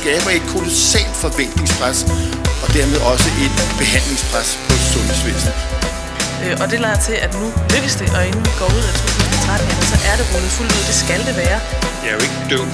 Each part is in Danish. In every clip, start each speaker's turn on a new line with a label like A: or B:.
A: skaber et kolossalt forventningspres, og dermed også et behandlingspres på sundhedsvæsenet.
B: Og det lader til, at nu lykkes det, og inden vi går ud af 2013, så er det rullet fuldt ud. Det skal det være.
C: Jeg er jo ikke død,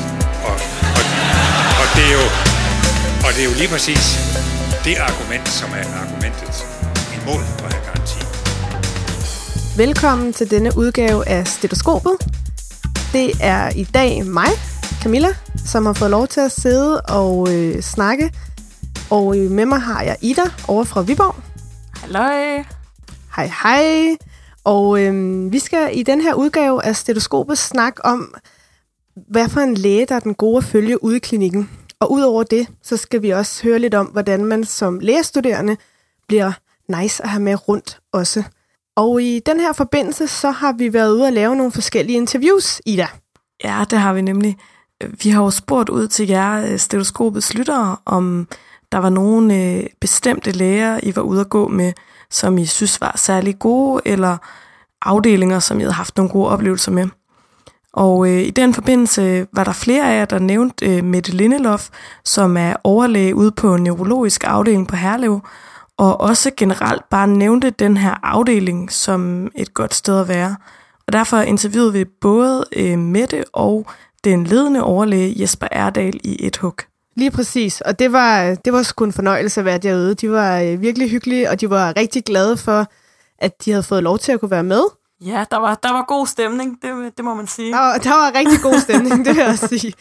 C: og det er jo lige præcis det argument, som er argumentet imod at have garanti.
D: Velkommen til denne udgave af Stetoskopet. Det er i dag mig, Camilla, som har fået lov til at sidde og snakke. Og med mig har jeg Ida over fra Viborg.
E: Halløj.
D: Hej, hej. Og vi skal i den her udgave af Stetoskopet snakke om, hvad for en læge, der er den gode at følge ude i klinikken. Og udover det, så skal vi også høre lidt om, hvordan man som lægestuderende bliver nice at have med rundt også. Og i den her forbindelse, så har vi været ude at lave nogle forskellige interviews, Ida.
E: Ja, det har vi nemlig. Vi har jo spurgt ud til jer, Stetoskopets lyttere, om der var nogle bestemte læger, I var ude at gå med, som I synes var særlig gode, eller afdelinger, som I havde haft nogle gode oplevelser med. Og i den forbindelse var der flere af jer, der nævnte Mette Lindelof, som er overlæge ude på neurologisk afdeling på Herlev, og også generelt bare nævnte den her afdeling som et godt sted at være. Og derfor interviewede vi både Mette og den ledende overlæge Jesper Erdal i et hug.
D: Lige præcis, og det var sgu en fornøjelse at være derude. De var virkelig hyggelige, og de var rigtig glade for, at de havde fået lov til at kunne være med.
E: Ja, der var god stemning, det må man sige.
D: Og der var rigtig god stemning, det vil jeg sige.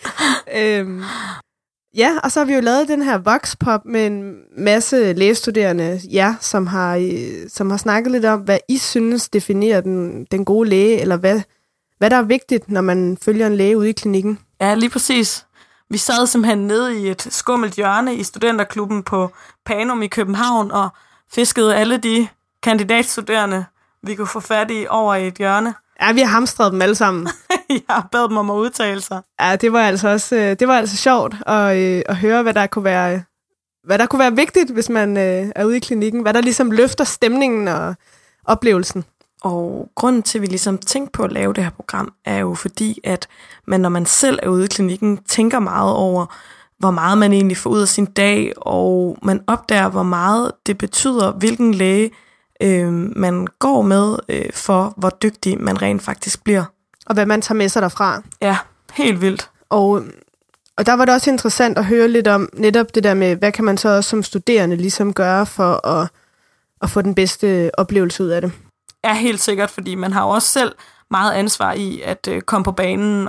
D: Ja, og så har vi jo lavet den her voxpop med en masse lægestuderende, som har snakket lidt om, hvad I synes definerer den gode læge, eller hvad der er vigtigt, når man følger en læge ude i klinikken.
E: Ja, lige præcis. Vi sad simpelthen nede i et skummelt hjørne i studenterklubben på Panum i København og fiskede alle de kandidatstuderende, vi kunne få fat i over i et hjørne.
D: Ja, vi har hamstret dem alle sammen.
E: Jeg bad dem om at udtale sig.
D: Ja, det var altså sjovt at høre, hvad der kunne være vigtigt, hvis man er ude i klinikken. Hvad der ligesom løfter stemningen og oplevelsen.
E: Og grunden til, at vi ligesom tænkte på at lave det her program, er jo fordi, at man, når man selv er ude i klinikken, tænker meget over, hvor meget man egentlig får ud af sin dag, og man opdager, hvor meget det betyder, hvilken læge man går med, for hvor dygtig man rent faktisk bliver.
D: Og hvad man tager med sig derfra.
E: Ja, helt vildt.
D: Og der var det også interessant at høre lidt om netop det der med, hvad kan man så også som studerende ligesom gøre for at få den bedste oplevelse ud af det.
E: Ja, helt sikkert, fordi man har jo også selv meget ansvar i at komme på banen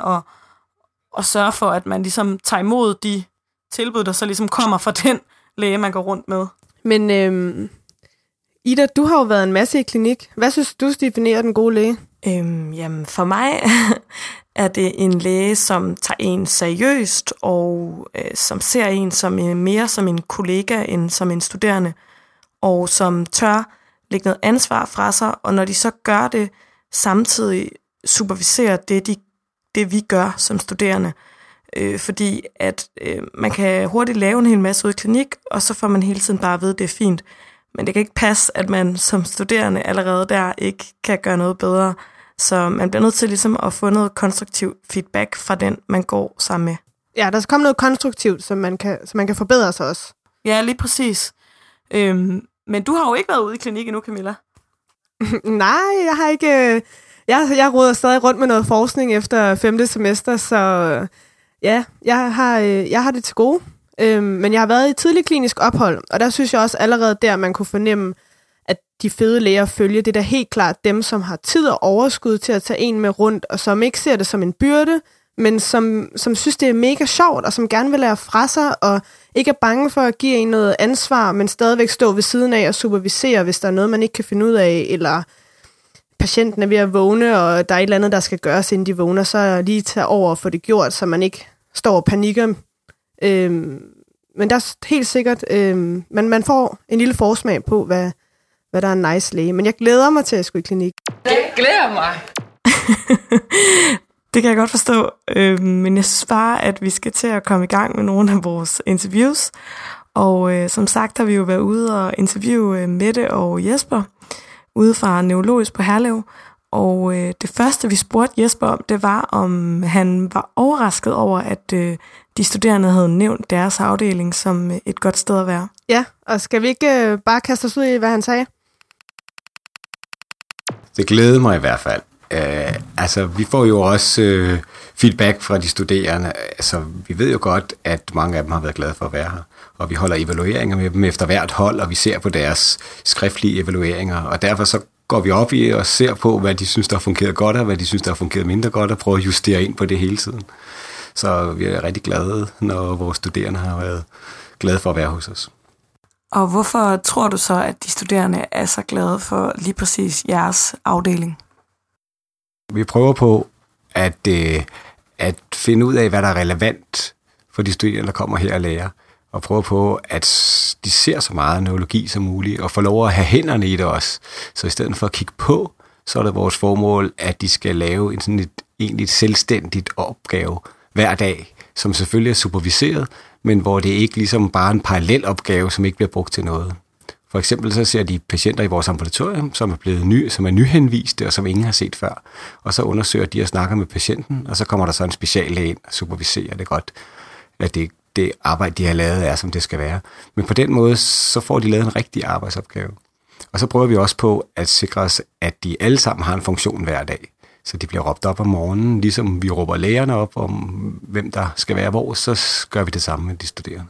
E: og sørge for, at man ligesom tager imod de tilbud, der så ligesom kommer fra den læge, man går rundt med.
D: Men Ida, du har jo været en masse i klinik. Hvad synes du definerer den gode læge?
E: Jamen, for mig er det en læge, som tager en seriøst, og som ser en som mere som en kollega end som en studerende, og som tør lægge noget ansvar fra sig, og når de så gør det, samtidig superviserer det vi gør som studerende. Fordi at man kan hurtigt lave en hel masse ud i klinik, og så får man hele tiden bare at vide, at det er fint. Men det kan ikke passe, at man som studerende allerede der ikke kan gøre noget bedre. Så man bliver nødt til ligesom at få noget konstruktiv feedback fra den, man går sammen med.
D: Ja, der skal komme noget konstruktivt, så man kan forbedre sig også.
E: Ja, lige præcis. Men du har jo ikke været ude i klinik endnu, Camilla.
D: Nej, jeg har ikke. Jeg roder stadig rundt med noget forskning efter 5. semester, så ja, jeg har det til gode. Men jeg har været i tidlig klinisk ophold, og der synes jeg også allerede der, man kunne fornemme, at de fede læger følger det der helt klart dem, som har tid og overskud til at tage en med rundt, og som ikke ser det som en byrde, men som synes, det er mega sjovt, og som gerne vil lære fra sig, og ikke er bange for at give en noget ansvar, men stadigvæk stå ved siden af og supervisere, hvis der er noget, man ikke kan finde ud af, eller patienten er ved at vågne, og der er et eller andet, der skal gøres, inden de vågner, så lige tage over og få det gjort, så man ikke står og panikker. Men der er helt sikkert, man får en lille forsmag på, hvad der er en nice læge. Men jeg glæder mig til at skulle i klinik.
B: Jeg glæder mig.
E: Det kan jeg godt forstå, men jeg synes bare, at vi skal til at komme i gang med nogle af vores interviews. Og som sagt har vi jo været ude og interviewe Mette og Jesper ude fra Neurologisk på Herlev. Og det første, vi spurgte Jesper om, det var, om han var overrasket over, at de studerende havde nævnt deres afdeling som et godt sted at være.
D: Ja, og skal vi ikke bare kaste os ud i, hvad han sagde?
F: Det glæder mig i hvert fald. Vi får jo også feedback fra de studerende. Altså, vi ved jo godt, at mange af dem har været glade for at være her. Og vi holder evalueringer med dem efter hvert hold, og vi ser på deres skriftlige evalueringer. Og derfor så går vi op i og ser på, hvad de synes, der har fungeret godt, og hvad de synes, der har fungeret mindre godt, og prøver at justere ind på det hele tiden. Så vi er rigtig glade, når vores studerende har været glade for at være hos os.
E: Og hvorfor tror du så, at de studerende er så glade for lige præcis jeres afdeling?
F: Vi prøver på at finde ud af, hvad der er relevant for de studerende, der kommer her og lærer. Og prøver på, at de ser så meget neurologi som muligt, og får lov at have hænderne i det også. Så i stedet for at kigge på, så er det vores formål, at de skal lave et selvstændigt opgave hver dag, som selvfølgelig er superviseret, men hvor det ikke ligesom bare en parallel opgave, som ikke bliver brugt til noget. For eksempel så ser de patienter i vores ambulatorium, som er nyhenviste, og som ingen har set før. Og så undersøger de og snakker med patienten, og så kommer der så en speciallæge ind og superviserer det godt, at det arbejde, de har lavet, er, som det skal være. Men på den måde, så får de lavet en rigtig arbejdsopgave. Og så prøver vi også på at sikre os, at de alle sammen har en funktion hver dag. Så de bliver råbt op om morgenen, ligesom vi råber lægerne op om, hvem der skal være hvor, så gør vi det samme med de studerende.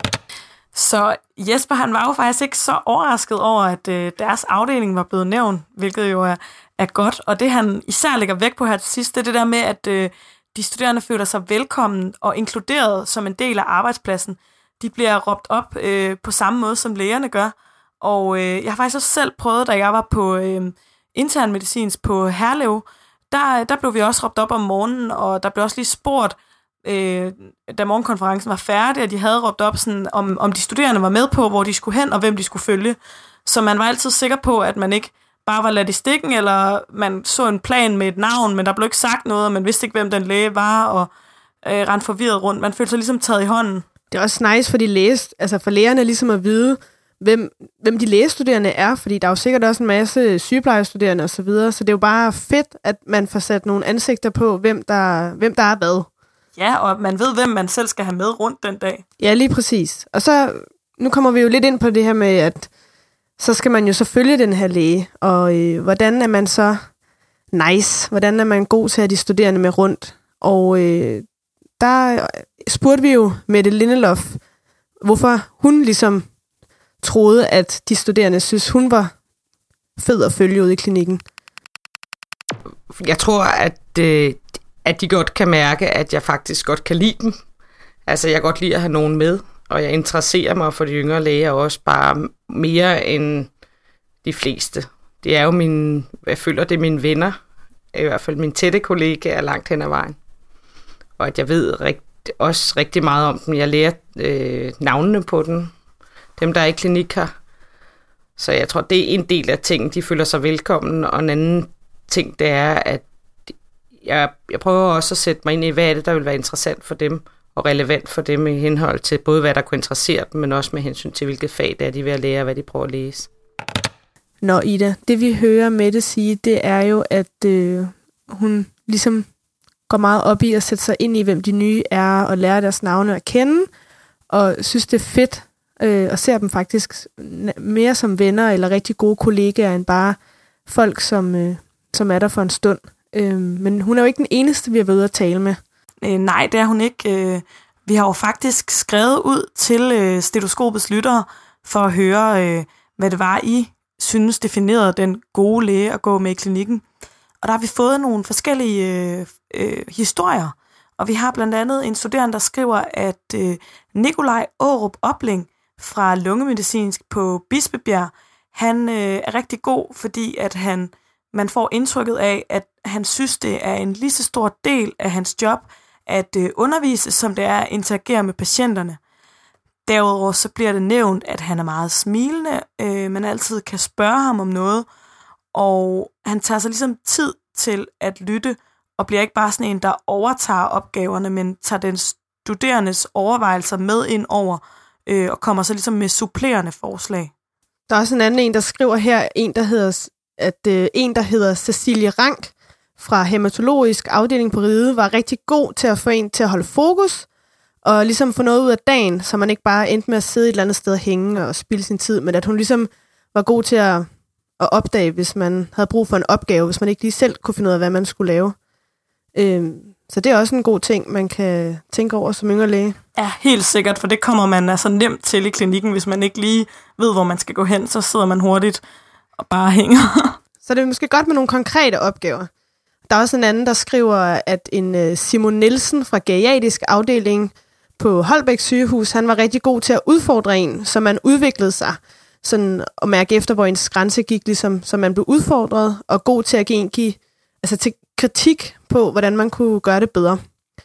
E: Så Jesper, han var jo faktisk ikke så overrasket over, at deres afdeling var blevet nævnt, hvilket jo er godt. Og det, han især lægger vægt på her til sidst, det er det der med, at de studerende føler sig velkommen og inkluderet som en del af arbejdspladsen. De bliver råbt op på samme måde, som lægerne gør. Og jeg har faktisk også selv prøvet, da jeg var på internmedicins på Herlev, der blev vi også råbt op om morgenen, og der blev også lige spurgt, da morgenkonferencen var færdig, at de havde råbt op, sådan, om de studerende var med på, hvor de skulle hen, og hvem de skulle følge. Så man var altid sikker på, at man ikke bare var ladt i stikken, eller man så en plan med et navn, men der blev ikke sagt noget, og man vidste ikke, hvem den læge var, og rendte forvirret rundt. Man følte sig ligesom taget i hånden.
D: Det er også nice for lægerne ligesom at vide, hvem de lægestuderende er, fordi der er jo sikkert også en masse sygeplejestuderende og så videre, så det er jo bare fedt, at man får sat nogle ansigter på, hvem der er hvad.
E: Ja, og man ved, hvem man selv skal have med rundt den dag.
D: Ja, lige præcis. Og så, nu kommer vi jo lidt ind på det her med, at så skal man jo så følge den her læge, og hvordan er man så nice? Hvordan er man god til at have de studerende med rundt? Og der spurgte vi jo Mette Lindelof, hvorfor hun ligesom troede, at de studerende synes, hun var fed at følge ud i klinikken.
G: Jeg tror, at de godt kan mærke, at jeg faktisk godt kan lide dem. Altså, jeg kan godt lide at have nogen med, og jeg interesserer mig for de yngre læger også bare mere end de fleste. Det er jo jeg føler, det er mine venner, i hvert fald mine tætte kollegaer langt hen ad vejen. Og at jeg ved også rigtig meget om dem. Jeg lærer navnene på dem, der er i klinik her. Så jeg tror, det er en del af ting, de føler sig velkommen, og en anden ting, det er, at jeg prøver også at sætte mig ind i, hvad er det, der vil være interessant for dem, og relevant for dem i henhold til både, hvad der kunne interessere dem, men også med hensyn til, hvilket fag det er, de vil at lære, og hvad de prøver at læse.
D: Nå, Ida, det vi hører Mette sige, det er jo, at hun ligesom går meget op i at sætte sig ind i, hvem de nye er, og lære deres navne at kende, og synes, det er fedt, og ser dem faktisk mere som venner, eller rigtig gode kollegaer, end bare folk, som er der for en stund. Men hun er jo ikke den eneste, vi har været ude at tale med.
E: Nej, det er hun ikke. Vi har jo faktisk skrevet ud til stetoskopets lyttere for at høre, hvad det var, I synes definerede den gode læge at gå med i klinikken. Og der har vi fået nogle forskellige historier. Og vi har blandt andet en studerende, der skriver, at Nikolaj Aarup Opling fra lungemedicinsk på Bispebjerg, han er rigtig god, fordi at man får indtrykket af, at han synes, det er en lige så stor del af hans job at undervise, som det er at interagere med patienterne. Derudover så bliver det nævnt, at han er meget smilende, man altid kan spørge ham om noget, og han tager sig ligesom tid til at lytte, og bliver ikke bare sådan en, der overtager opgaverne, men tager den studerendes overvejelser med ind over, og kommer så ligesom med supplerende forslag.
D: Der er også en anden der skriver her, en der hedder at en, der hedder Cecilie Rank fra Hæmatologisk Afdeling på Riget, var rigtig god til at få en til at holde fokus, og ligesom få noget ud af dagen, så man ikke bare endte med at sidde et eller andet sted og hænge og spilde sin tid, men at hun ligesom var god til at opdage, hvis man havde brug for en opgave, hvis man ikke lige selv kunne finde ud af, hvad man skulle lave. Så det er også en god ting, man kan tænke over som yngre læge.
E: Ja, helt sikkert, for det kommer man altså nemt til i klinikken, hvis man ikke lige ved, hvor man skal gå hen, så sidder man hurtigt og bare hænger.
D: Så det er måske godt med nogle konkrete opgaver. Der er også en anden, der skriver, at en Simon Nielsen fra geriatrisk afdeling på Holbæk sygehus, han var rigtig god til at udfordre en, så man udviklede sig, sådan at mærke efter, hvor ens grænse gik, ligesom, så man blev udfordret, og god til at give til kritik på, hvordan man kunne gøre det bedre.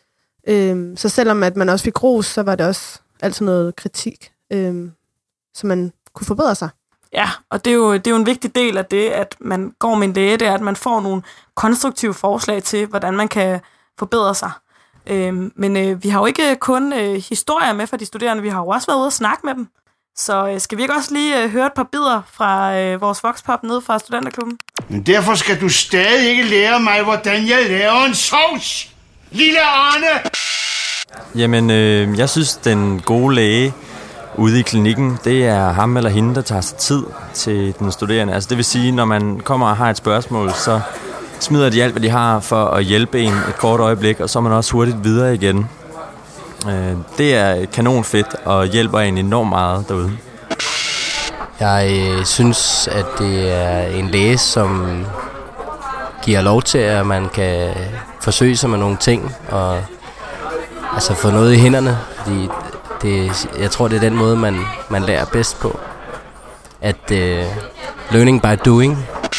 D: Så selvom at man også fik ros, så var det også altid noget kritik, så man kunne forbedre sig.
E: Ja, og det er jo en vigtig del af det, at man går med en læge, det er, at man får nogle konstruktive forslag til, hvordan man kan forbedre sig. Men vi har jo ikke kun historier med fra de studerende, vi har jo også været ude og snakke med dem. Så skal vi ikke også lige høre et par bidder fra vores voxpop nede fra Studenterklubben?
H: Men derfor skal du stadig ikke lære mig, hvordan jeg laver en sovs, lille Arne!
I: Jamen, jeg synes, den gode læge ude i klinikken, det er ham eller hende, der tager sig tid til den studerende. Altså det vil sige, når man kommer og har et spørgsmål, så smider de alt, hvad de har for at hjælpe en et kort øjeblik, og så er man også hurtigt videre igen. Det er kanonfedt og hjælper en enormt meget derude.
J: Jeg synes, at det er en læge, som giver lov til, at man kan forsøge sig med nogle ting og altså få noget i hænderne, fordi jeg tror, det er den måde, man lærer bedst på. At learning by doing.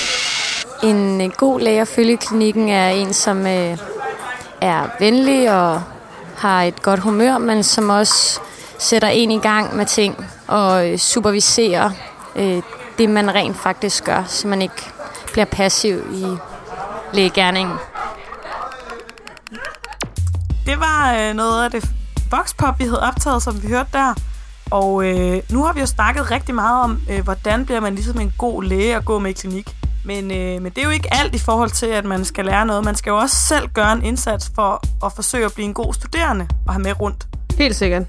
K: En god læge at følge i klinikken er en, som er venlig og har et godt humør, men som også sætter en i gang med ting og superviserer det, man rent faktisk gør, så man ikke bliver passiv i lægegerningen.
E: Det var noget af det voxpop, vi havde optaget, som vi hørte der. Og nu har vi jo snakket rigtig meget om, hvordan bliver man ligesom en god læge at gå med i klinik. Men det er jo ikke alt i forhold til, at man skal lære noget. Man skal jo også selv gøre en indsats for at forsøge at blive en god studerende og have med rundt.
D: Helt sikkert.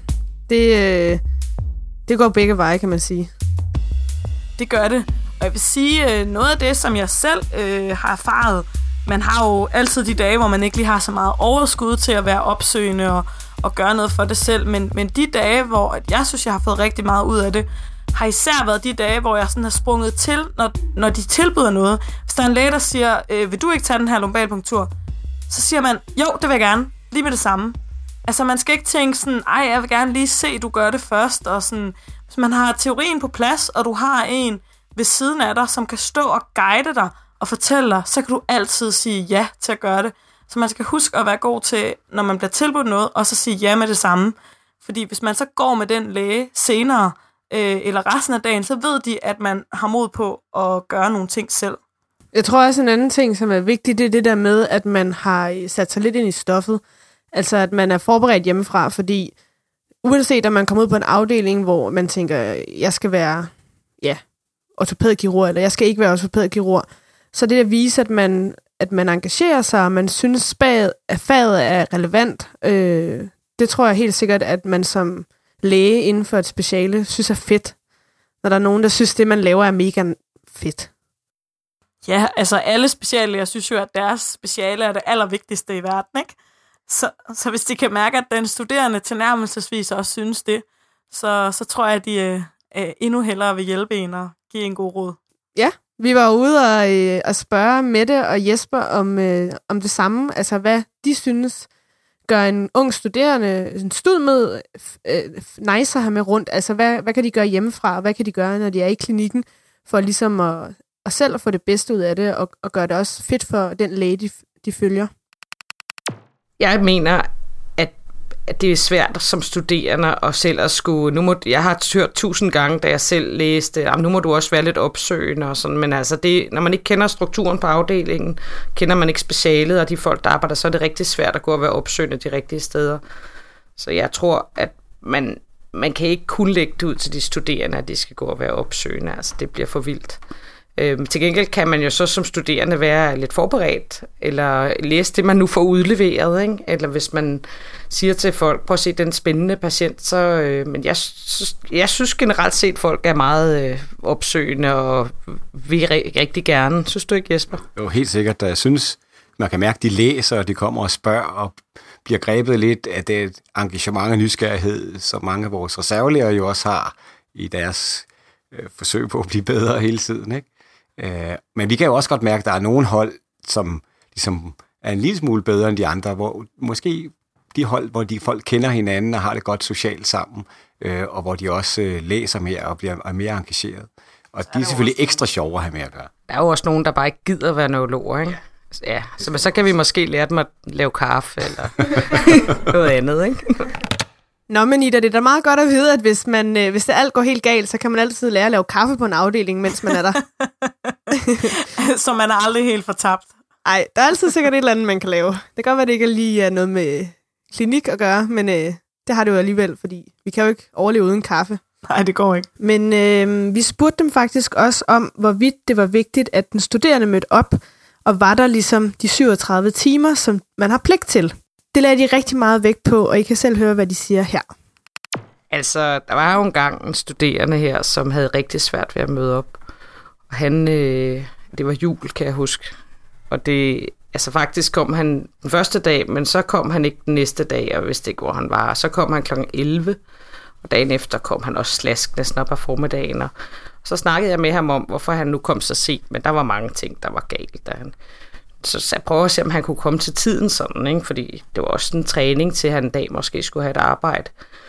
D: Det går begge veje, kan man sige.
E: Det gør det. Og jeg vil sige, noget af det, som jeg selv har erfaret, man har jo altid de dage, hvor man ikke lige har så meget overskud til at være opsøgende og gøre noget for det selv. Men de dage, hvor jeg synes, jeg har fået rigtig meget ud af det, har især været de dage, hvor jeg sådan har sprunget til, når de tilbyder noget. Hvis der er en læge, der siger, vil du ikke tage den her lumbalpunktur? Så siger man, jo, det vil jeg gerne. Lige med det samme. Altså, man skal ikke tænke sådan, jeg vil gerne lige se, du gør det først. Og sådan, hvis man har teorien på plads, og du har en ved siden af dig, som kan stå og guide dig og fortælle dig, så kan du altid sige ja til at gøre det. Så man skal huske at være god til, når man bliver tilbudt noget, og så sige ja med det samme. Fordi hvis man så går med den læge senere, eller resten af dagen, så ved de, at man har mod på at gøre nogle ting selv.
D: Jeg tror også en anden ting, som er vigtigt, det er det der med, at man har sat sig lidt ind i stoffet. Altså, at man er forberedt hjemmefra, fordi uanset om man kommer ud på en afdeling, hvor man tænker, jeg skal være ortopædkirurg, eller jeg skal ikke være ortopædkirurg, så det at vise, at man engagerer sig, og man synes, at faget er relevant, det tror jeg helt sikkert, at man som læge inden for et speciale synes er fedt. Når der er nogen, der synes, det man laver er mega fedt.
E: Ja, altså alle speciallæger synes jo, at deres speciale er det allervigtigste i verden, ikke? Så hvis de kan mærke, at den studerende tilnærmelsesvis også synes det, så tror jeg, at de endnu hellere vil hjælpe en og give en god råd. Ja,
D: vi var ude og spørge Mette og Jesper om det samme, altså hvad de synes gør en ung studerende en stud med nice at have med rundt, altså hvad kan de gøre hjemmefra, og hvad kan de gøre, når de er i klinikken, for ligesom at selv at få det bedste ud af det, og gøre det også fedt for den læge, de følger.
G: Jeg mener, at det er svært som studerende og selv at skulle... Jeg har hørt 1000 gange, da jeg selv læste, nu må du også være lidt opsøgende og sådan, men altså når man ikke kender strukturen på afdelingen, kender man ikke specialet og de folk, der arbejder, så er det rigtig svært at gå og være opsøgende de rigtige steder. Så jeg tror, at man kan ikke kun lægge det ud til de studerende, at de skal gå og være opsøgende, altså det bliver for vildt. Til gengæld kan man jo så som studerende være lidt forberedt, eller læse det, man nu får udleveret, ikke? Eller hvis man siger til folk, prøv at se den spændende patient, så... Men jeg synes generelt set, folk er meget opsøgende og vil rigtig gerne. Synes du ikke, Jesper?
F: Jo, helt sikkert. Jeg synes, man kan mærke, at de læser, og de kommer og spørger, og bliver grebet lidt af det engagement og nysgerrighed, som mange af vores reservelærer jo også har i deres forsøg på at blive bedre hele tiden, ikke? Men vi kan jo også godt mærke, at der er nogle hold, som ligesom er en lille smule bedre end de andre, hvor måske de hold, hvor de folk kender hinanden og har det godt socialt sammen, og hvor de også læser mere og bliver mere engageret. Og de er selvfølgelig ekstra sjove at have med at gøre.
G: Der er jo også nogen, der bare ikke gider være neurologer, ikke? Ja, så kan vi måske lære dem at lave kaffe eller noget andet, ikke?
D: Nå, men Ida, det er da meget godt at vide, at hvis det alt går helt galt, så kan man altid lære at lave kaffe på en afdeling, mens man er der.
E: Så man er aldrig helt fortabt.
D: Nej, der er altid sikkert et eller andet, man kan lave. Det kan godt være, det ikke lige er noget med klinik at gøre, men det har det jo alligevel, fordi vi kan jo ikke overleve uden kaffe.
E: Nej, det går ikke.
D: Men vi spurgte dem faktisk også om, hvorvidt det var vigtigt, at den studerende mødte op, og var der ligesom de 37 timer, som man har pligt til. Det lagde de rigtig meget vægt på, og I kan selv høre, hvad de siger her.
G: Altså, der var jo engang en studerende her, som havde rigtig svært ved at møde op. Og han, det var jul, kan jeg huske. Og det, altså faktisk kom han den første dag, men så kom han ikke den næste dag, og vidste ikke, hvor han var. Så kom han kl. 11, og dagen efter kom han også slaskende snart på formiddagen. Og så snakkede jeg med ham om, hvorfor han nu kom så sent, men der var mange ting, der var galt. Så jeg prøvede at se, om han kunne komme til tiden sådan, ikke? Fordi det var også en træning til, at han en dag måske skulle have et arbejde.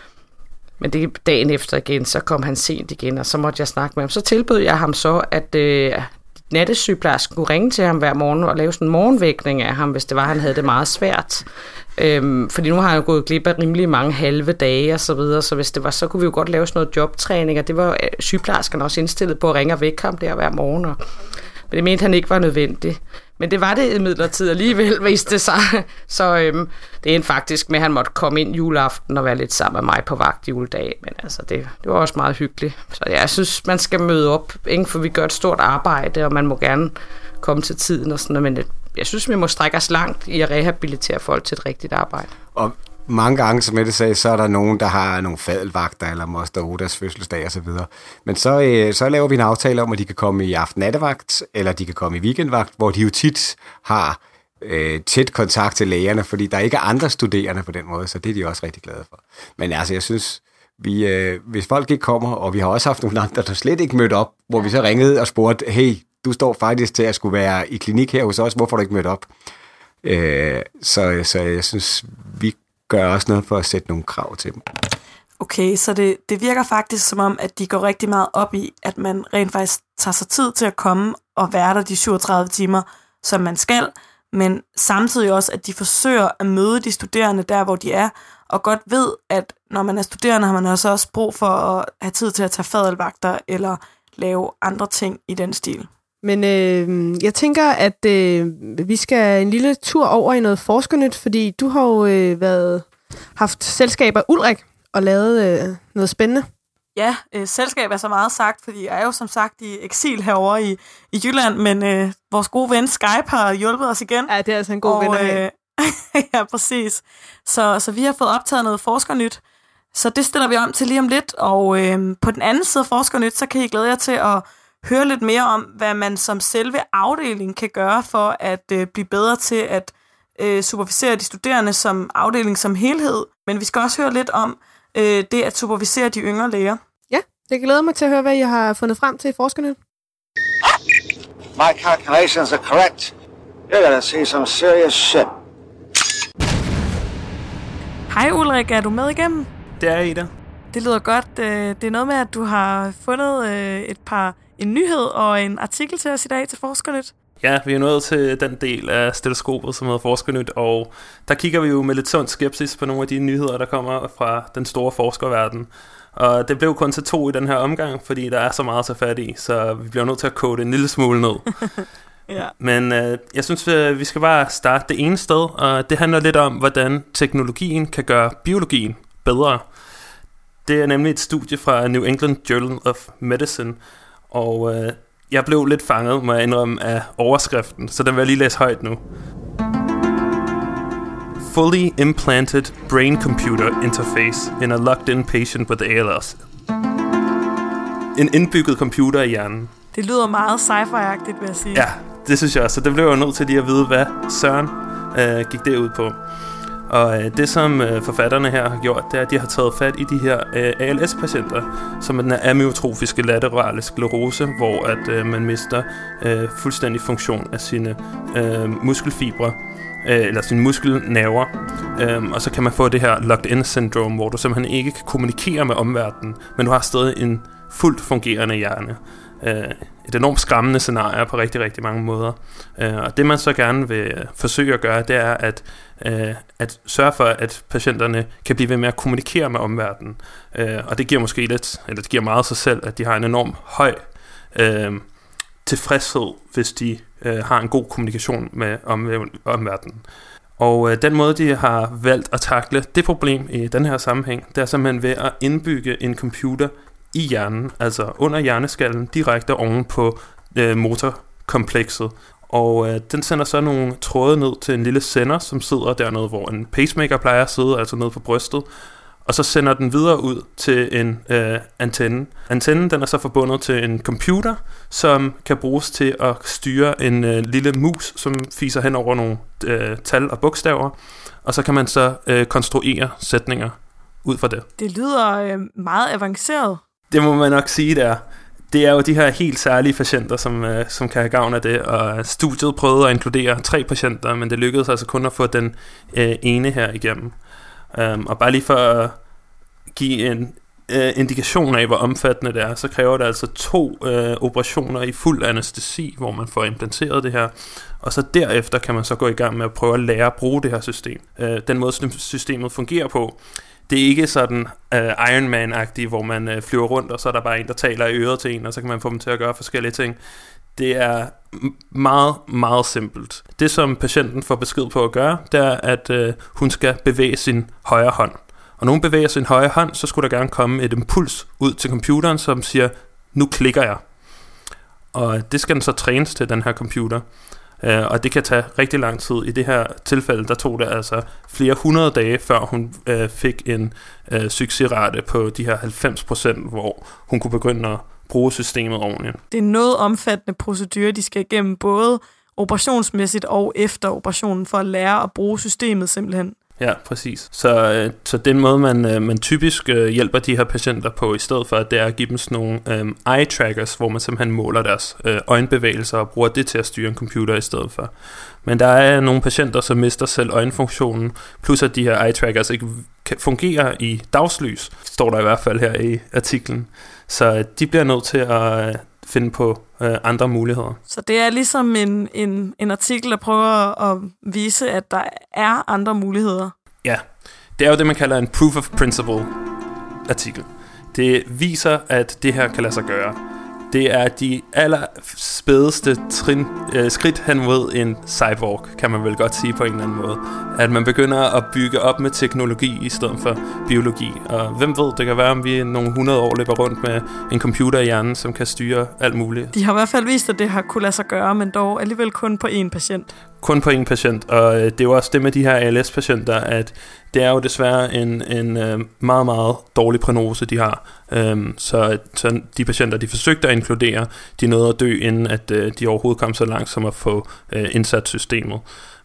G: Men det dagen efter igen, så kom han sent igen, og så måtte jeg snakke med ham. Så tilbød jeg ham så, at nattesygeplejersken kunne ringe til ham hver morgen og lave sådan en morgenvækning af ham, hvis det var, han havde det meget svært. Fordi nu har han jo gået glip af rimelig mange halve dage og så videre, så hvis det var, så kunne vi jo godt lave sådan noget jobtræning, og det var sygeplejerskerne også indstillet på at ringe og vække ham der hver morgen. Men det mente han ikke var nødvendigt. Men det var det imidlertid alligevel, viste det sig. Så det endte faktisk med, at han måtte komme ind juleaften og være lidt sammen med mig på vagt juledag. Men altså, det var også meget hyggeligt. Så jeg synes, man skal møde op, ikke? For vi gør et stort arbejde, og man må gerne komme til tiden og sådan noget. Men jeg synes, vi må strække os langt i at rehabilitere folk til et rigtigt arbejde.
F: Og mange gange, som Mette sagde, så er der nogen, der har nogle fadelvagter, eller moster Odas fødselsdag og så videre. Men så laver vi en aftale om, at de kan komme i aften-nattevagt, eller de kan komme i weekendvagt, hvor de jo tit har tæt kontakt til lægerne, fordi der ikke er andre studerende på den måde, så det er de også rigtig glade for. Men altså, jeg synes, hvis folk ikke kommer, og vi har også haft nogle andre, der slet ikke mødte op, hvor vi så ringede og spurgte, hey, du står faktisk til at skulle være i klinik her hos os, hvorfor har du ikke mødt op? Så jeg synes, vi gør også noget for at sætte nogle krav til dem.
E: Okay, så det virker faktisk som om, at de går rigtig meget op i, at man rent faktisk tager sig tid til at komme og være der de 37 timer, som man skal, men samtidig også, at de forsøger at møde de studerende der, hvor de er, og godt ved, at når man er studerende, har man også brug for at have tid til at tage fadelvagter eller lave andre ting i den stil.
D: Men jeg tænker, at vi skal en lille tur over i noget forskernyt, fordi du har jo haft selskab af Ulrik og lavet noget spændende.
E: Ja, selskab er så meget sagt, fordi jeg er jo som sagt i eksil herovre i Jylland, men vores gode ven Skype har hjulpet os igen.
D: Ja, det er altså en god ven at have.
E: Ja, præcis. Så vi har fået optaget noget forskernyt, så det stiller vi om til lige om lidt, og på den anden side af forskernyt, så kan I glæde jer til at høre lidt mere om, hvad man som selve afdeling kan gøre for at blive bedre til at supervisere de studerende som afdeling som helhed. Men vi skal også høre lidt om det at supervisere de yngre læger.
D: Ja, det glæder mig til at høre, hvad I har fundet frem til i Forskernyt.
L: My calculations are correct. You're gonna see some serious shit.
E: Hej Ulrik, er du med igennem?
M: Det er Ida.
E: Det lyder godt. Det er noget med, at du har fundet en nyhed og en artikel til os i dag til Forskernyt.
M: Ja, vi er nået til den del af stetoskopet, som hedder Forskernyt, og der kigger vi jo med lidt sund skepsis på nogle af de nyheder, der kommer fra den store forskerverden. Og det blev kun til 2 i den her omgang, fordi der er så meget at tage fat i, så vi bliver nødt til at kode en lille smule ned.
E: Ja.
M: Men jeg synes, vi skal bare starte det ene sted, og det handler lidt om, hvordan teknologien kan gøre biologien bedre. Det er nemlig et studie fra New England Journal of Medicine, og Jeg blev lidt fanget, må jeg indrømme, af overskriften, så den vil jeg lige læse højt nu. Fully implanted brain-computer interface in a locked-in patient with ALS. En indbygget computer i hjernen.
E: Det lyder meget sci-fi-agtigt, vil jeg sige.
M: Ja, det synes jeg også. Så det blev jeg nødt til lige at vide, hvad Søren gik det ud på. Og det, som forfatterne her har gjort, det er, at de har taget fat i de her ALS-patienter, som er den amyotrofiske laterale sklerose, hvor at man mister fuldstændig funktion af sine muskelfibre, eller sine muskelnerver. Og så kan man få det her locked-in-syndrom, hvor du simpelthen ikke kan kommunikere med omverdenen, men du har stadig en fuldt fungerende hjerne. Et enormt skræmmende scenarie på rigtig, rigtig mange måder. Og det man så gerne vil forsøge at gøre, det er at sørge for, at patienterne kan blive ved med at kommunikere med omverdenen. Og det giver måske lidt, eller det giver meget sig selv, at de har en enorm høj tilfredshed, hvis de har en god kommunikation med omverdenen. Og den måde, de har valgt at takle det problem i den her sammenhæng, det er simpelthen ved at indbygge en computer i hjernen, altså under hjerneskallen, direkte oven på motorkomplekset. Og den sender så nogle tråde ned til en lille sender, som sidder dernede, hvor en pacemaker plejer at sidde, altså nede på brystet. Og så sender den videre ud til en antenne. Antennen den er så forbundet til en computer, som kan bruges til at styre en lille mus, som fiser hen over nogle tal og bogstaver. Og så kan man så konstruere sætninger ud fra det.
E: Det lyder meget avanceret.
M: Det må man nok sige, det er. Det er jo de her helt særlige patienter, som kan have gavn af det, og studiet prøvede at inkludere 3 patienter, men det lykkedes altså kun at få den ene her igennem. Og bare lige for at give en indikation af, hvor omfattende det er, så kræver det altså 2 operationer i fuld anæstesi, hvor man får implanteret det her, og så derefter kan man så gå i gang med at prøve at lære at bruge det her system. Den måde, systemet fungerer på, det er ikke sådan Iron Man-agtigt, hvor man flyver rundt, og så er der bare en, der taler i øret til en, og så kan man få dem til at gøre forskellige ting. Det er meget, meget simpelt. Det, som patienten får besked på at gøre, det er, at hun skal bevæge sin højre hånd. Og når hun bevæger sin højre hånd, så skulle der gerne komme et impuls ud til computeren, som siger, nu klikker jeg. Og det skal den så trænes til, den her computer. Og det kan tage rigtig lang tid. I det her tilfælde, der tog det altså flere 100 dage, før hun fik en succesrate på de her 90%, hvor hun kunne begynde at bruge systemet ordentligt.
E: Det er noget omfattende procedure, de skal igennem, både operationsmæssigt og efter operationen, for at lære at bruge systemet simpelthen.
M: Ja, præcis. Så den måde, man typisk hjælper de her patienter på, i stedet for, at det er at give dem sådan nogle eye trackers, hvor man simpelthen måler deres øjenbevægelser og bruger det til at styre en computer i stedet for. Men der er nogle patienter, som mister selv øjenfunktionen, plus at de her eye trackers ikke fungerer i dagslys, står der i hvert fald her i artiklen. Så de bliver nødt til at finde på andre muligheder.
E: Så det er ligesom en artikel, der prøver at vise, at der er andre muligheder.
M: Ja, det er jo det, man kalder en proof of principle artikel. Det viser, at det her kan lade sig gøre. Det er de allerspædeste skridt hen mod en cyborg, kan man vel godt sige på en eller anden måde. At man begynder at bygge op med teknologi i stedet for biologi. Og hvem ved, det kan være, om vi nogle 100 år løber rundt med en computer i hjernen, som kan styre alt muligt.
E: De har i hvert fald vist, at det har kunne lade sig gøre, men dog alligevel kun på én patient.
M: Kun på én patient, og det er jo også det med de her ALS-patienter, at det er jo desværre en meget, meget dårlig prognose, de har. Så de patienter, de forsøgte at inkludere, de nåede at dø, inden at de overhovedet kom så langt som at få indsat systemet.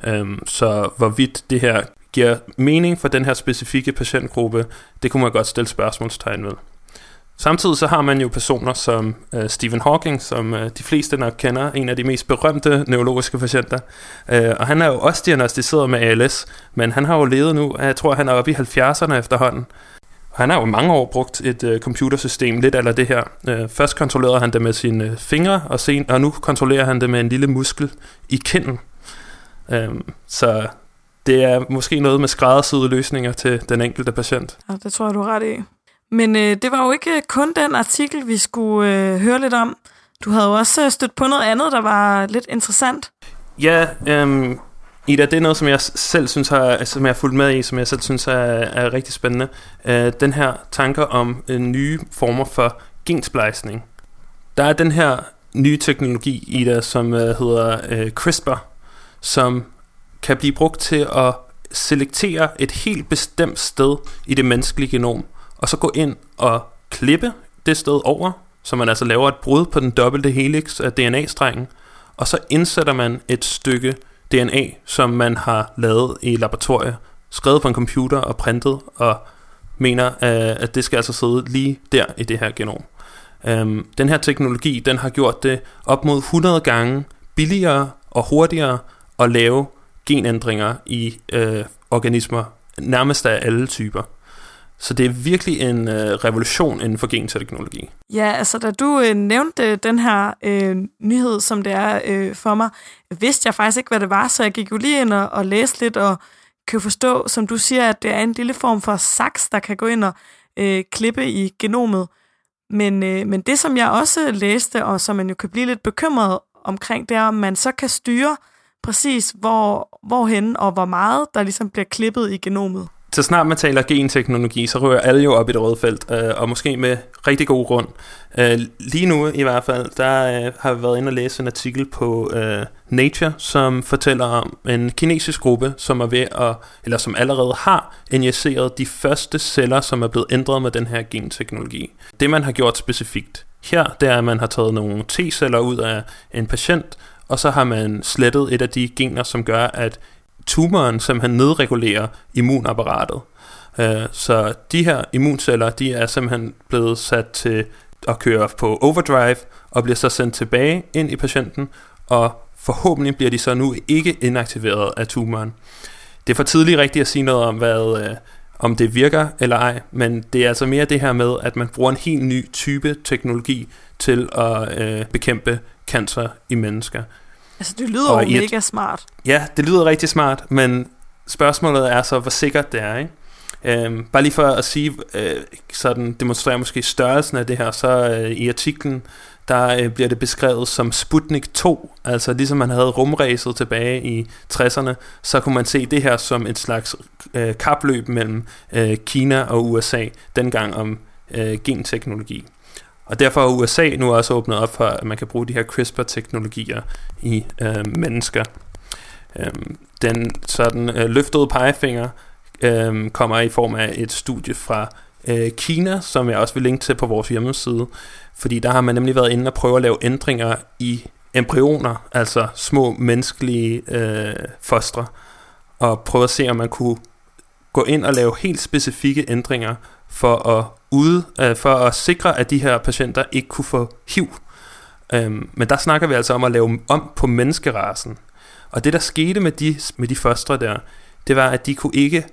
M: Så hvorvidt det her giver mening for den her specifikke patientgruppe, det kunne man godt stille spørgsmålstegn ved. Samtidig så har man jo personer som Stephen Hawking, som de fleste nok kender, en af de mest berømte neurologiske patienter. Og han er jo også diagnosticeret med ALS, men han har jo levet nu, jeg tror han er oppe i 70'erne efterhånden. Og han har jo mange år brugt et computersystem, lidt eller det her. Først kontrollerede han det med sine fingre, og nu kontrollerer han det med en lille muskel i kinden. Så det er måske noget med skræddersyede løsninger til den enkelte patient.
E: Ja, det tror jeg, du er ret i. Men det var jo ikke kun den artikel, vi skulle høre lidt om. Du havde jo også stødt på noget andet, der var lidt interessant.
M: Ja, Ida, det er noget, som jeg selv synes som jeg har fulgt med i, som jeg selv synes er rigtig spændende. Den her tanker om nye former for gensplejsning. Der er den her nye teknologi i det, som hedder CRISPR, som kan blive brugt til at selektere et helt bestemt sted i det menneskelige genom, og så gå ind og klippe det sted over, så man altså laver et brud på den dobbelte helix af DNA-strengen, og så indsætter man et stykke DNA, som man har lavet i laboratoriet, skrevet på en computer og printet, og mener, at det skal altså sidde lige der i det her genom. Den her teknologi, den har gjort det op mod 100 gange billigere og hurtigere at lave genændringer i organismer, nærmest af alle typer. Så det er virkelig en revolution inden for genteknologi.
E: Ja, altså da du nævnte den her nyhed, som det er for mig, vidste jeg faktisk ikke, hvad det var, så jeg gik jo lige ind og læste lidt, og kan forstå, som du siger, at det er en lille form for saks, der kan gå ind og klippe i genomet. Men det, som jeg også læste, og som man jo kan blive lidt bekymret omkring, det er, om man så kan styre præcis, hvorhen og hvor meget, der ligesom bliver klippet i genomet.
M: Så snart man taler genteknologi, så rører alle jo op i det røde felt, og måske med rigtig god grund. Lige nu i hvert fald, der har vi været inde og læse en artikel på Nature, som fortæller om en kinesisk gruppe, som er ved at, eller som allerede har injiceret de første celler, som er blevet ændret med den her genteknologi. Det man har gjort specifikt her, det er, at man har taget nogle T-celler ud af en patient, og så har man slettet et af de gener, som gør, at tumoren simpelthen nedregulerer immunapparatet. Så de her immunceller, de er simpelthen blevet sat til at køre på overdrive, og bliver så sendt tilbage ind i patienten, og forhåbentlig bliver de så nu ikke inaktiveret af tumoren. Det er for tidligt rigtigt at sige noget om, om det virker eller ej, men det er altså mere det her med, at man bruger en helt ny type teknologi til at bekæmpe cancer i mennesker.
E: Altså, det lyder jo mega smart.
M: Ja, det lyder rigtig smart, men spørgsmålet er så, hvor sikkert det er, ikke? Bare lige for at sige, sådan demonstrerer måske størrelsen af det her, så i artiklen, der bliver det beskrevet som Sputnik 2, altså ligesom man havde rumræset tilbage i 60'erne, så kunne man se det her som et slags kapløb mellem Kina og USA, dengang om genteknologi. Og derfor har USA nu også åbnet op for, at man kan bruge de her CRISPR-teknologier i mennesker. Den sådan løftede pegefinger kommer i form af et studie fra Kina, som jeg også vil linke til på vores hjemmeside, fordi der har man nemlig været inde og prøve at lave ændringer i embryoner, altså små menneskelige fostre, og prøve at se, om man kunne gå ind og lave helt specifikke ændringer for at sikre, at de her patienter ikke kunne få HIV. Men der snakker vi altså om at lave om på menneskerasen. Og det, der skete med de fostre der, det var, at de kunne ikke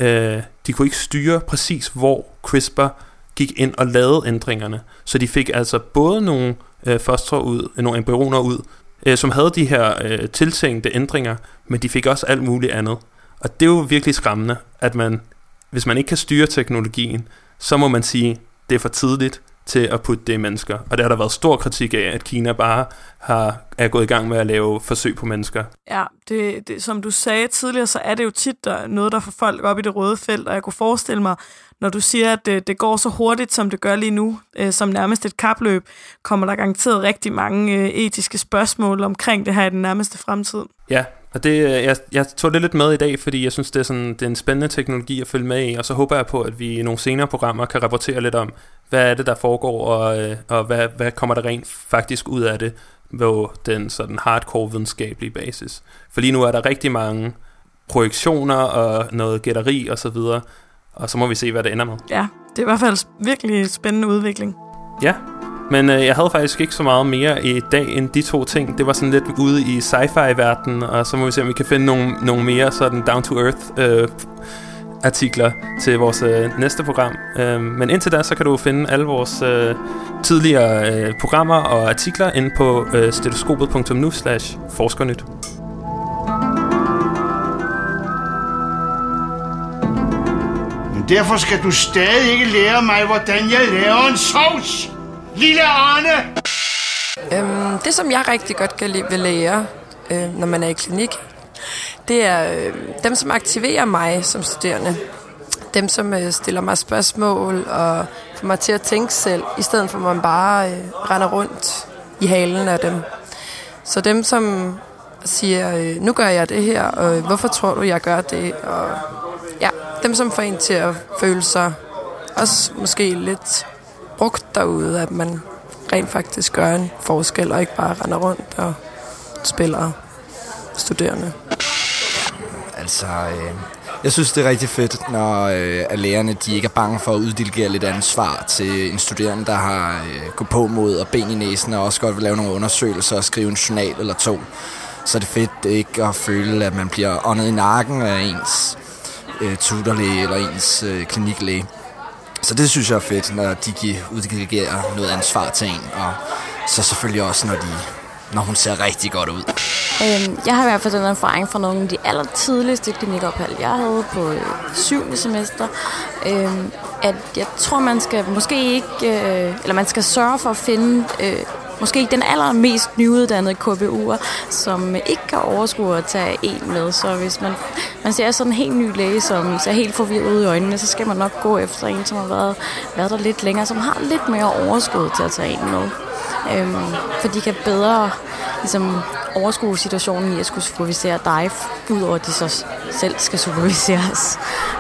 M: styre præcis, hvor CRISPR gik ind og lavede ændringerne. Så de fik altså både nogle fostre ud, nogle embryoner ud, som havde de her tiltænkte ændringer, men de fik også alt muligt andet. Og det er jo virkelig skræmmende, at hvis man ikke kan styre teknologien, så må man sige, det er for tidligt til at putte det i mennesker. Og der har der været stor kritik af, at Kina bare er gået i gang med at lave forsøg på mennesker.
E: Ja, det, som du sagde tidligere, så er det jo tit noget, der får folk op i det røde felt, og jeg kunne forestille mig, når du siger, at det går så hurtigt, som det gør lige nu, som nærmest et kapløb, kommer der garanteret rigtig mange etiske spørgsmål omkring det her i den nærmeste fremtid.
M: Ja, og jeg tog det lidt med i dag, fordi jeg synes, det er en spændende teknologi at følge med i, og så håber jeg på, at vi i nogle senere programmer kan rapportere lidt om, hvad er det, der foregår, og hvad kommer der rent faktisk ud af det på den sådan hardcore videnskabelige basis. For lige nu er der rigtig mange projektioner og noget gætteri og så videre, og så må vi se, hvad det ender med.
E: Ja, det er i hvert fald virkelig spændende udvikling.
M: Ja, men jeg havde faktisk ikke så meget mere i dag end de to ting. Det var sådan lidt ude i sci-fi-verdenen, og så må vi se, om vi kan finde nogle mere sådan down-to-earth artikler til vores næste program. Men indtil da, så kan du finde alle vores tidligere programmer og artikler inde på stetoskopet.nu/forskernyt.
H: Men derfor skal du stadig ikke lære mig, hvordan jeg laver en sovs, lille Arne!
N: Det, som jeg rigtig godt kan lide ved læger, når man er i klinik, det er dem, som aktiverer mig som studerende. Dem, som stiller mig spørgsmål og får mig til at tænke selv, i stedet for at man bare render rundt i halen af dem. Så dem, som siger, nu gør jeg det her, og hvorfor tror du, jeg gør det? Og ja, dem, som får en til at føle sig også måske lidt brugt derude, at man rent faktisk gør en forskel, og ikke bare render rundt og spiller studerende.
O: Altså, jeg synes, det er rigtig fedt, når at lærerne de ikke er bange for at uddelegere lidt ansvar til en studerende, der har gået på mod og ben i næsen, og også godt vil lave nogle undersøgelser og skrive en journal eller to. Så er det fedt ikke at føle, at man bliver åndet i nakken af ens tutorlæge eller ens kliniklæge. Så det synes jeg er fedt, når de uddelegerer noget ansvar til en, og så selvfølgelig også, når hun ser rigtig godt ud.
K: Jeg har i hvert fald den erfaring fra nogle af de allertidligste klinikophold, jeg havde på 7. semester, at jeg tror, man skal måske ikke, eller man skal sørge for at finde måske ikke den allermest nyuddannede KBU'er, som ikke kan overskue at tage en med. Så hvis man ser sådan en helt ny læge, som ser helt forvirret ud i øjnene, så skal man nok gå efter en, som har været der lidt længere, som har lidt mere overskud til at tage en med. For de kan bedre ligesom, overskue situationen i at skulle supervisere dig, udover at de så selv skal superviseres.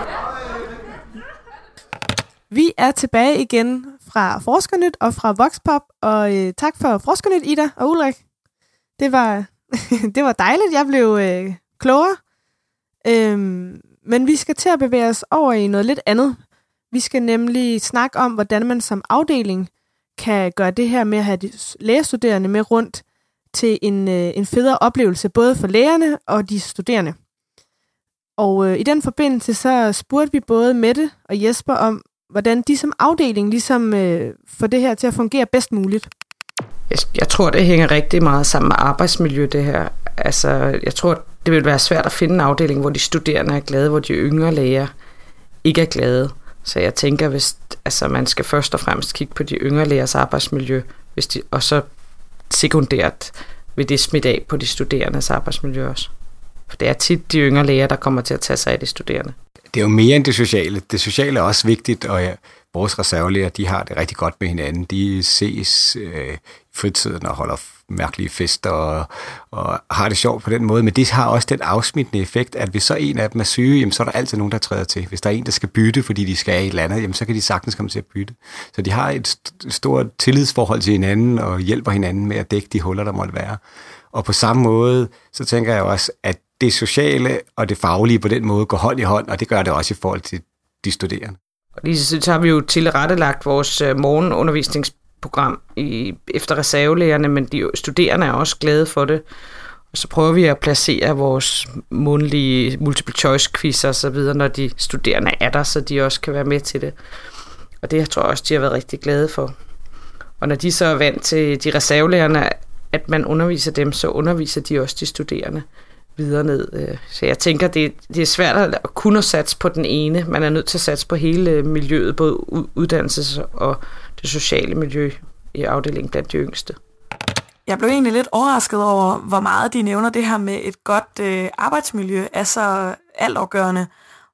D: Vi er tilbage igen fra Forskernyt og fra Voxpop, og tak for Forskernyt, Ida og Ulrik. Det var dejligt, jeg blev klogere. Men vi skal til at bevæge os over i noget lidt andet. Vi skal nemlig snakke om, hvordan man som afdeling kan gøre det her med at have de lægestuderende med rundt til en federe oplevelse, både for lægerne og de studerende. Og i den forbindelse så spurgte vi både Mette og Jesper om, hvordan de som afdeling ligesom får det her til at fungere bedst muligt.
G: Jeg tror, det hænger rigtig meget sammen med arbejdsmiljø, det her. Altså, jeg tror, det vil være svært at finde en afdeling, hvor de studerende er glade, hvor de yngre læger ikke er glade. Så jeg tænker, hvis man skal først og fremmest kigge på de yngre lægers arbejdsmiljø, og så sekundært vil det smitte af på de studerendes arbejdsmiljø også. For det er tit de yngre læger, der kommer til at tage sig af de studerende.
F: Det er jo mere end det sociale. Det sociale er også vigtigt, og vores reservelæger, de har det rigtig godt med hinanden. De ses i fritiden og holder mærkelige fester og har det sjovt på den måde. Men det har også den afsmittende effekt, at hvis så en af dem er syge, jamen, så er der altid nogen, der træder til. Hvis der er en, der skal bytte, fordi de skal af et eller andet, jamen, så kan de sagtens komme til at bytte. Så de har et stort tillidsforhold til hinanden og hjælper hinanden med at dække de huller, der måtte være. Og på samme måde, så tænker jeg også, at det sociale og det faglige på den måde går hånd i hånd, og det gør det også i forhold til de studerende.
G: Og lige så har vi jo tilrettelagt vores morgenundervisningsprogram efter reservelægerne, men de studerende er også glade for det. Og så prøver vi at placere vores mundtlige multiple choice quiz og så videre, når de studerende er der, så de også kan være med til det. Og det tror jeg også, de har været rigtig glade for. Og når de så er vant til de reservelægerne, at man underviser dem, så underviser de også de studerende videre ned. Så jeg tænker, det er svært at kun at satse på den ene. Man er nødt til at satse på hele miljøet, både uddannelses- og det sociale miljø i afdelingen blandt de yngste.
E: Jeg blev egentlig lidt overrasket over, hvor meget de nævner det her med et godt arbejdsmiljø er så altafgørende,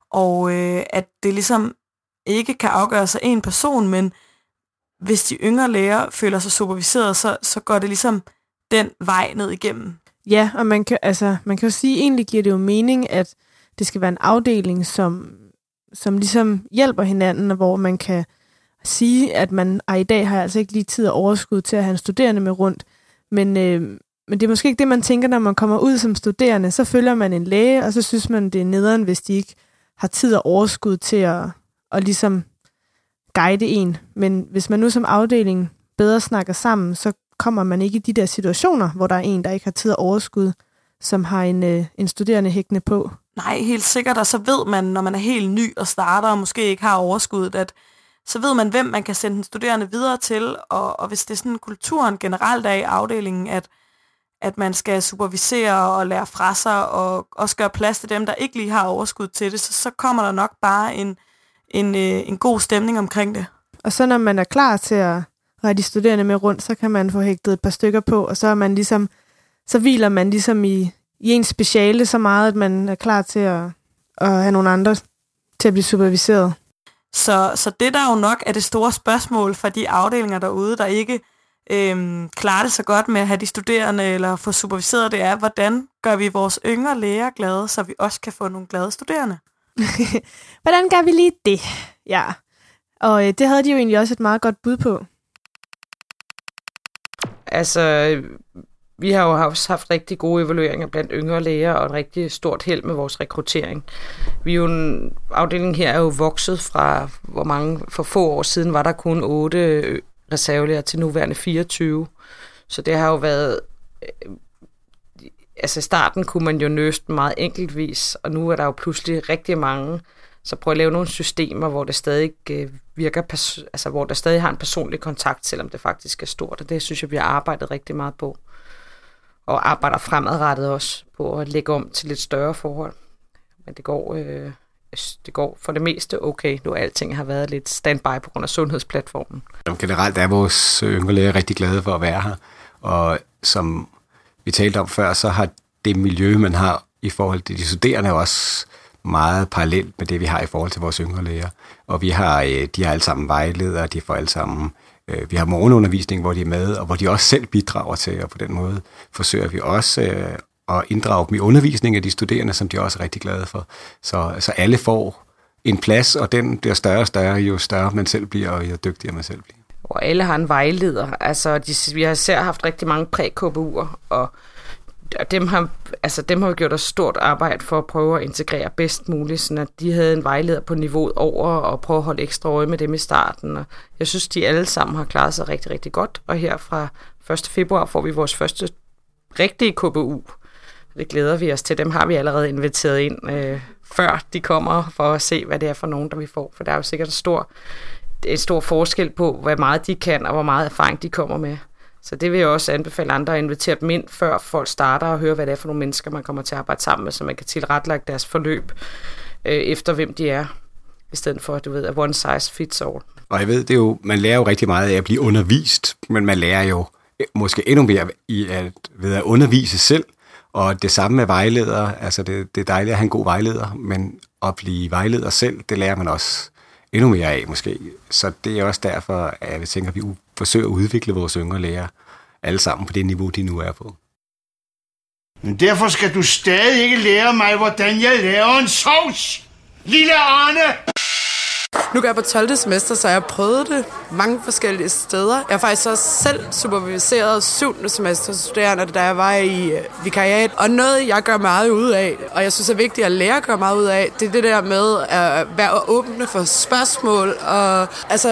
E: og at det ligesom ikke kan afgøres af en person, men hvis de yngre læger føler sig superviseret, så går det ligesom den vej ned igennem.
D: Ja, og man kan jo sige, egentlig giver det jo mening, at det skal være en afdeling, som ligesom hjælper hinanden, og hvor man kan sige, at man i dag har altså ikke lige tid og overskud til at have en studerende med rundt. Men det er måske ikke det, man tænker, når man kommer ud som studerende. Så følger man en læge, og så synes man, det er nederen, hvis de ikke har tid og overskud til at ligesom guide en. Men hvis man nu som afdeling bedre snakker sammen, så kommer man ikke i de der situationer, hvor der er en, der ikke har tid og overskud, som har en studerende hængende på.
E: Nej, helt sikkert, og så ved man, når man er helt ny og starter, og måske ikke har overskuddet, at så ved man, hvem man kan sende den studerende videre til, og hvis det er sådan kulturen generelt er i afdelingen, at man skal supervisere og lære fra sig, og også gøre plads til dem, der ikke lige har overskud til det, så kommer der nok bare en god stemning omkring det.
D: Og så når man er klar til at rette de studerende med rundt, så kan man få hægtet et par stykker på, og så er man ligesom, så hviler man ligesom i ens speciale så meget, at man er klar til at have nogle andre til at blive superviseret.
E: Så det der jo nok er det store spørgsmål for de afdelinger derude, der ikke klarer det så godt med at have de studerende eller få superviseret, det er, hvordan gør vi vores yngre læger glade, så vi også kan få nogle glade studerende?
D: Hvordan gør vi lige det? Ja, og det havde de jo egentlig også et meget godt bud på.
G: Altså, vi har jo også haft rigtig gode evalueringer blandt yngre læger og en rigtig stort held med vores rekruttering. Afdelingen her er jo vokset fra, for få år siden var der kun 8 reservelæger til nuværende 24. Så det har jo været... Altså i starten kunne man jo nøste meget enkeltvis, og nu er der jo pludselig rigtig mange. Så prøv at lave nogle systemer, hvor det stadig virker, hvor der stadig har en personlig kontakt, selvom det faktisk er stort. Og det synes jeg, vi har arbejdet rigtig meget på. Og arbejder fremadrettet også på at lægge om til lidt større forhold. Men det går for det meste okay, nu alting har været lidt standby på grund af sundhedsplatformen.
F: Generelt er vores yngre læger rigtig glade for at være her. Og som vi talte om før, så har det miljø, man har i forhold til de studerende, også meget parallelt med det, vi har i forhold til vores yngre læger. Og de har alle sammen vejledere, de får alle sammen... Vi har morgenundervisning, hvor de er med, og hvor de også selv bidrager til, og på den måde forsøger vi også at inddrage dem i undervisning af de studerende, som de også er rigtig glade for. Så alle får en plads, og den bliver større og større, jo større man selv bliver, og jo dygtigere man selv bliver.
G: Og alle har en vejleder. Altså, vi har især haft rigtig mange præ-KBU'er, og dem har vi gjort et stort arbejde for at prøve at integrere bedst muligt, sådan at de havde en vejleder på niveauet over og prøve at holde ekstra øje med dem i starten. Og jeg synes, de alle sammen har klaret sig rigtig, rigtig godt. Og her fra 1. februar får vi vores første rigtige KBU. Det glæder vi os til. Dem har vi allerede inviteret ind, før de kommer, for at se, hvad det er for nogen, der vi får. For der er jo sikkert en stor forskel på, hvor meget de kan, og hvor meget erfaring de kommer med. Så det vil jeg også anbefale andre at invitere dem ind, før folk starter og høre, hvad det er for nogle mennesker, man kommer til at arbejde sammen med, så man kan tilrettelægge deres forløb efter, hvem de er, i stedet for, at one size fits all.
F: Og jeg ved, det er jo, man lærer jo rigtig meget af at blive undervist, men man lærer jo måske endnu mere ved at undervise selv, og det samme med vejledere. Altså det er dejligt at have en god vejleder, men at blive vejleder selv, det lærer man også endnu mere af måske. Så det er også derfor, at jeg tænker, at vi forsøger at udvikle vores yngre læger alle sammen på det niveau, de nu er på.
H: Men derfor skal du stadig ikke lære mig, hvordan jeg laver en sovs, lille Arne!
N: Nu går jeg på 12. semester, så jeg har prøvet det mange forskellige steder. Jeg har faktisk også selv superviseret 7. semester studerende, da jeg var i vikariat. Og noget, jeg gør meget ud af, og jeg synes er vigtigt at lære at gøre meget ud af, det er det der med at være åbne for spørgsmål og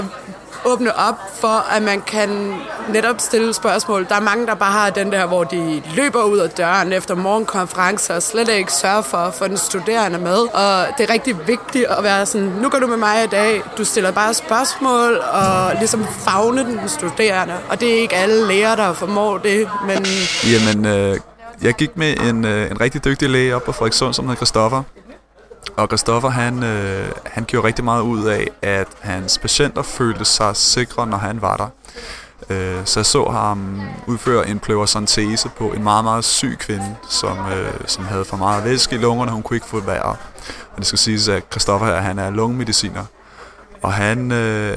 N: åbne op for, at man kan netop stille spørgsmål. Der er mange, der bare har den der, hvor de løber ud af døren efter morgenkonferencer og slet ikke sørger for at få den studerende med. Og det er rigtig vigtigt at være sådan, nu går du med mig i dag, du stiller bare spørgsmål og ligesom favne den studerende. Og det er ikke alle læger, der formår det, men...
P: Jamen, jeg gik med en rigtig dygtig læge op på Frederikssund, som hedder Christoffer. Og Christoffer, han gjorde rigtig meget ud af, at hans patienter følte sig sikre, når han var der. Så jeg så ham udføre en pleurocenese på en meget, meget syg kvinde, som havde for meget væske i lungerne, hun kunne ikke få vejret. Og det skal siges, at Christoffer her, han er lungemediciner. Og han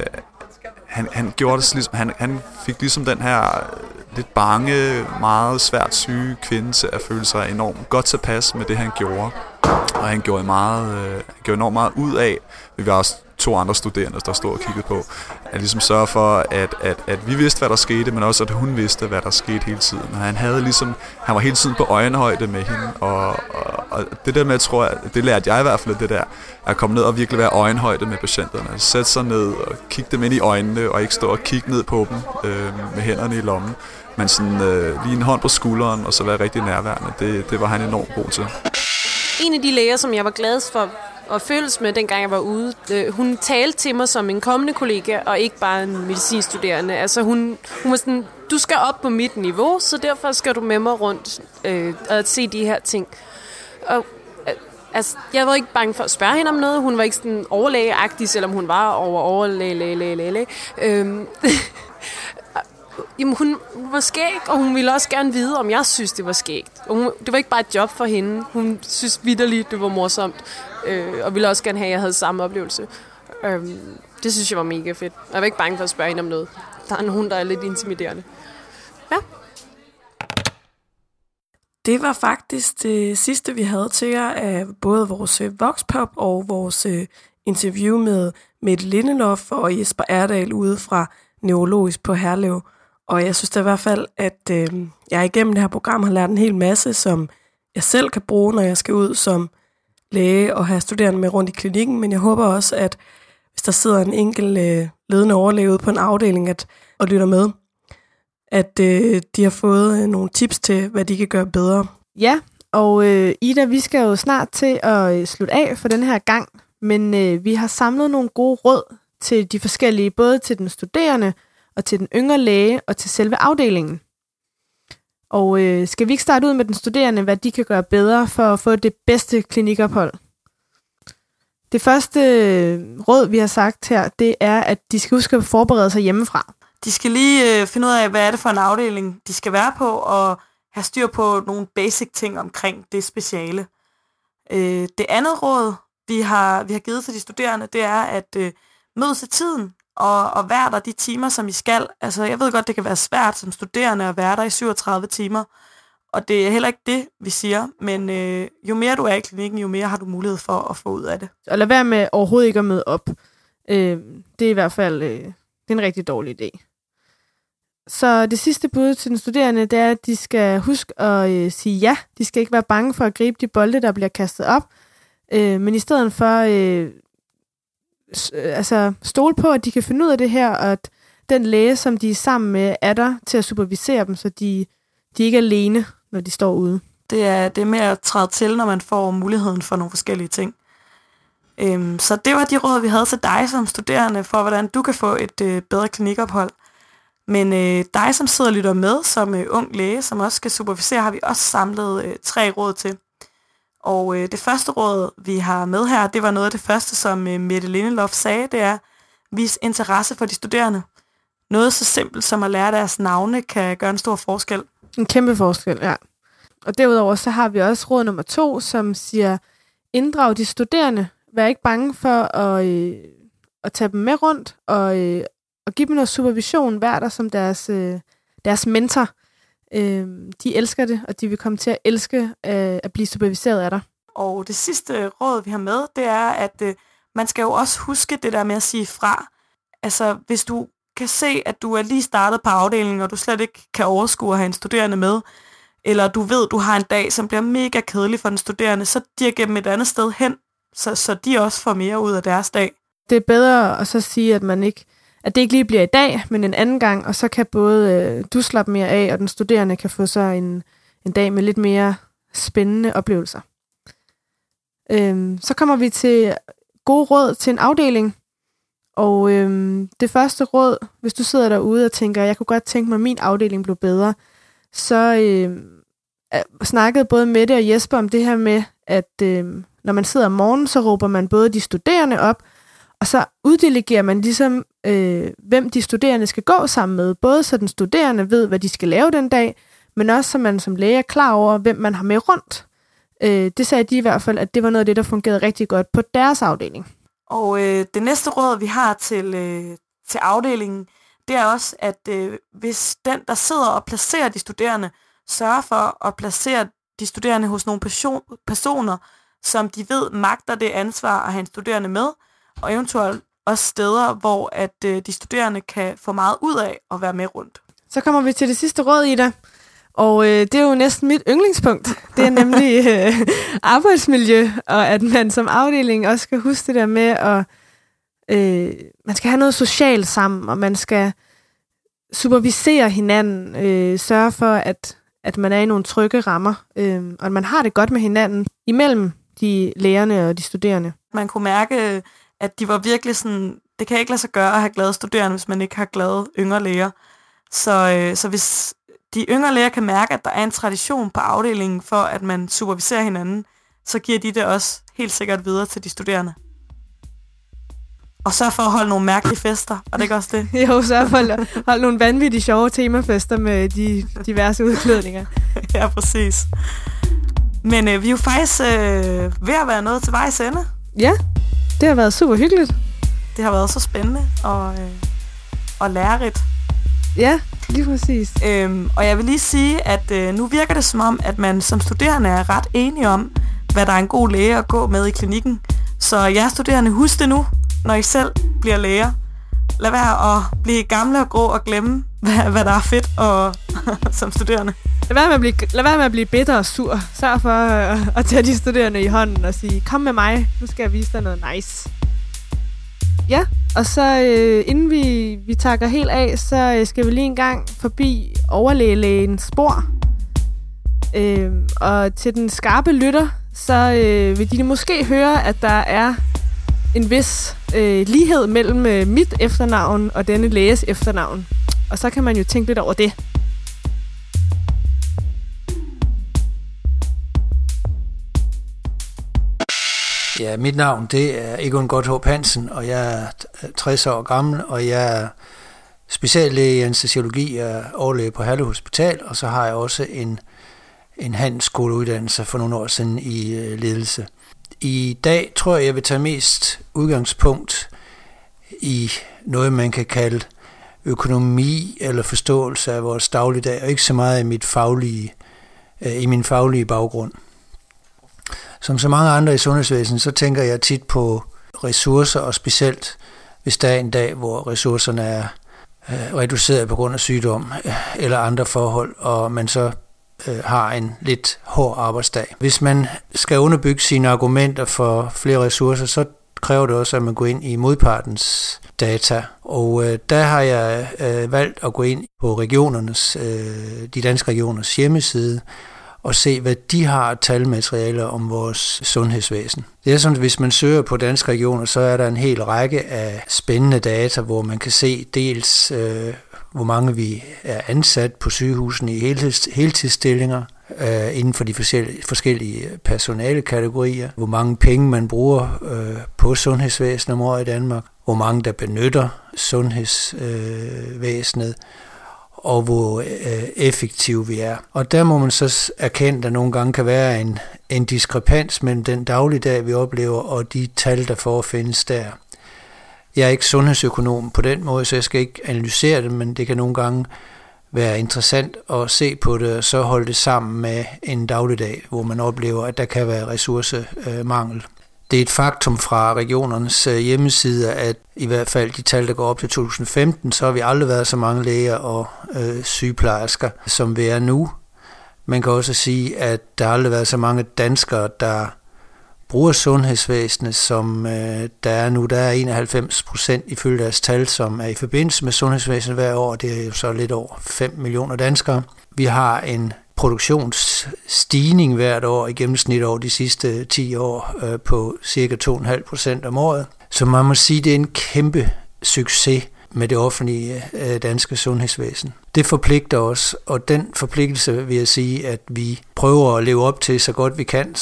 P: gjorde det ligesom, han fik ligesom den her lidt bange, meget svært syge kvinde til at føle sig enormt godt tilpas med det, han gjorde. Og han gjorde enormt meget ud af, vi var også 2 andre studerende, der stod og kiggede på, at ligesom sørge for, at vi vidste, hvad der skete, men også, at hun vidste, hvad der skete hele tiden. Og han var hele tiden på øjenhøjde med hende, og det der med, tror jeg, det lærte jeg i hvert fald, det der, at komme ned og virkelig være øjenhøjde med patienterne. Sætte sig ned og kigge dem ind i øjnene, og ikke stå og kigge ned på dem med hænderne i lommen, men sådan lige en hånd på skulderen, og så være rigtig nærværende. Det var han enormt god til.
Q: En af de læger, som jeg var gladest for at føles med, dengang jeg var ude, hun talte til mig som en kommende kollega, og ikke bare en medicinstuderende. Altså hun var sådan, du skal op på mit niveau, så derfor skal du med mig rundt og se de her ting. Og altså, jeg var ikke bange for at spørge hende om noget. Hun var ikke sådan overlægeagtig, selvom hun var overlæge. Jamen, hun var skæg, og hun ville også gerne vide, om jeg synes, det var skægt. Det var ikke bare et job for hende. Hun synes vitterligt, det var morsomt, og ville også gerne have, at jeg havde samme oplevelse. Det synes jeg var mega fedt. Jeg var ikke bange for at spørge hende om noget. Der er en hund, der er lidt intimiderende.
D: Ja.
E: Det var faktisk det sidste, vi havde til jer af både vores Voxpop og vores interview med Mette Lindelof og Jesper Erdal ude fra Neurologisk på Herlev. Og jeg synes da i hvert fald, at jeg igennem det her program har lært en hel masse, som jeg selv kan bruge, når jeg skal ud som læge og have studerende med rundt i klinikken. Men jeg håber også, at hvis der sidder en enkelt ledende overlæge ude på en afdeling og lytter med, at de har fået nogle tips til, hvad de kan gøre bedre.
D: Ja, og Ida, vi skal jo snart til at slutte af for den her gang, men vi har samlet nogle gode råd til de forskellige, både til den studerende og til den yngre læge og til selve afdelingen. Og skal vi ikke starte ud med den studerende, hvad de kan gøre bedre for at få det bedste klinikophold? Det første råd, vi har sagt her, det er, at de skal huske at forberede sig hjemmefra.
E: De skal lige finde ud af, hvad er det for en afdeling, de skal være på, og have styr på nogle basic ting omkring det speciale. Det andet råd, vi har givet til de studerende, det er at møde til tiden og være der de timer, som I skal. Altså, jeg ved godt, det kan være svært som studerende at være der i 37 timer, og det er heller ikke det, vi siger, men jo mere du er i klinikken, jo mere har du mulighed for at få ud af det.
D: Og lad være med overhovedet ikke at møde op. Det er i hvert fald det er en rigtig dårlig idé. Så det sidste bud til den studerende, det er, at de skal huske at sige ja. De skal ikke være bange for at gribe de bolde, der bliver kastet op. Men i stedet for stole på, at de kan finde ud af det her, og at den læge, som de er sammen med, er der til at supervisere dem, så de ikke er alene, når de står ude.
E: Det er med at træde til, når man får muligheden for nogle forskellige ting. Så det var de råd, vi havde til dig som studerende, for hvordan du kan få et bedre klinikophold. Men dig, som sidder og lytter med som ung læge, som også skal supervisere, har vi også samlet 3 råd til. Og det første råd, vi har med her, det var noget af det første, som Mette Lindelof sagde, det er, vis interesse for de studerende. Noget så simpelt som at lære deres navne kan gøre en stor forskel.
D: En kæmpe forskel, ja. Og derudover så har vi også råd nummer 2, som siger, inddrag de studerende. Vær ikke bange for at tage dem med rundt og give dem noget supervision. Vær der som deres mentor. De elsker det, og de vil komme til at elske at blive superviseret af dig.
E: Og det sidste råd, vi har med, det er, at man skal jo også huske det der med at sige fra. Altså, hvis du kan se, at du er lige startet på afdelingen, og du slet ikke kan overskue at have en studerende med, eller du ved, du har en dag, som bliver mega kedelig for den studerende, så diriger dem et andet sted hen, så de også får mere ud af deres dag.
D: Det er bedre at så sige, at det ikke lige bliver i dag, men en anden gang, og så kan både du slappe mere af, og den studerende kan få så en dag med lidt mere spændende oplevelser. Så kommer vi til gode råd til en afdeling. Og det første råd, hvis du sidder derude og tænker, jeg kunne godt tænke mig, at min afdeling blev bedre, så snakkede både Mette og Jesper om det her med, at når man sidder om morgenen, så råber man både de studerende op, og så uddelegerer man ligesom, hvem de studerende skal gå sammen med. Både så den studerende ved, hvad de skal lave den dag, men også så man som læge er klar over, hvem man har med rundt. Det sagde de i hvert fald, at det var noget af det, der fungerede rigtig godt på deres afdeling.
E: Og det næste råd, vi har til afdelingen, det er også, at hvis den, der sidder og placerer de studerende, sørger for at placere de studerende hos nogle personer, som de ved magter det ansvar at have en studerende med, og eventuelt også steder, hvor at de studerende kan få meget ud af at være med rundt.
D: Så kommer vi til det sidste råd, Ida. Og det er jo næsten mit yndlingspunkt. Det er nemlig arbejdsmiljø, og at man som afdeling også skal huske det der med, at man skal have noget socialt sammen, og man skal supervisere hinanden, sørge for, at man er i nogle trygge rammer, og at man har det godt med hinanden imellem de lærerne og de studerende.
E: Man kunne mærke, at de var virkelig sådan, det kan ikke lade sig gøre at have glade studerende, hvis man ikke har glade yngre læger. Så hvis de yngre læger kan mærke, at der er en tradition på afdelingen for, at man superviserer hinanden, så giver de det også helt sikkert videre til de studerende. Og sørg for at holde nogle mærkelige fester, og det er ikke også det?
D: Jo, sørg for at holde nogle vanvittige sjove temafester med de diverse udklædninger.
E: Ja, præcis. Men vi er jo faktisk ved at være nået til vejs ende.
D: Ja, det har været super hyggeligt.
E: Det har været så spændende og lærerigt.
D: Ja, lige præcis.
E: Og jeg vil lige sige, at nu virker det som om, at man som studerende er ret enige om, hvad der er en god læge at gå med i klinikken. Så jer studerende, husk det nu, når I selv bliver læger. Lad være at blive gamle og grå og glemme, hvad der er fedt og, som studerende.
D: Lad være med at blive bitter og sur. Sørg for at tage de studerende i hånden og sige, kom med mig, nu skal jeg vise dig noget nice. Ja, og så inden vi takker helt af, så skal vi lige en gang forbi overlægelægens spor. Og til den skarpe lytter, så vil de måske høre, at der er en vis lighed mellem mit efternavn og denne læges efternavn. Og så kan man jo tænke lidt over det.
R: Ja, mit navn det er Egon Godthåb Hansen, og jeg er 60 år gammel, og jeg er speciallæge i anæstesiologi og overlæge på Herlev Hospital, og så har jeg også en handelsskoleuddannelse for nogle år siden i ledelse. I dag tror jeg vil tage mest udgangspunkt i noget, man kan kalde økonomi eller forståelse af vores dagligdag, og ikke så meget i min faglige baggrund. Som så mange andre i sundhedsvæsenet, så tænker jeg tit på ressourcer, og specielt hvis der er en dag, hvor ressourcerne er reduceret på grund af sygdom eller andre forhold, og man så har en lidt hård arbejdsdag. Hvis man skal underbygge sine argumenter for flere ressourcer, så kræver det også, at man går ind i modpartens data. Og der har jeg valgt at gå ind på de danske regioners hjemmeside og se, hvad de har talmaterialer om vores sundhedsvæsen. Det er sådan, at hvis man søger på danske regioner, så er der en hel række af spændende data, hvor man kan se dels, hvor mange vi er ansat på sygehusene i heltidsstillinger, inden for de forskellige personalekategorier, hvor mange penge man bruger på sundhedsvæsenet om året i Danmark, hvor mange der benytter sundhedsvæsenet, og hvor effektive vi er. Og der må man så erkende, at der nogle gange kan være en diskrepans mellem den dagligdag, vi oplever, og de tal, der forefindes der. Jeg er ikke sundhedsøkonom på den måde, så jeg skal ikke analysere det, men det kan nogle gange være interessant at se på det, og så holde det sammen med en dagligdag, hvor man oplever, at der kan være ressourcemangel. Det er et faktum fra regionernes hjemmeside, at i hvert fald de tal, der går op til 2015, så har vi aldrig været så mange læger og sygeplejersker, som vi er nu. Man kan også sige, at der aldrig har været så mange danskere, der bruger sundhedsvæsenet, som der er nu. Der er 91% ifølge deres tal, som er i forbindelse med sundhedsvæsenet hver år. Det er jo så lidt over 5 millioner danskere. Vi har en produktionsstigning hvert år i gennemsnit over de sidste 10 år på cirka 2,5% om året. Så man må sige, at det er en kæmpe succes med det offentlige danske sundhedsvæsen. Det forpligter os, og den forpligtelse vil jeg sige, at vi prøver at leve op til så godt vi kan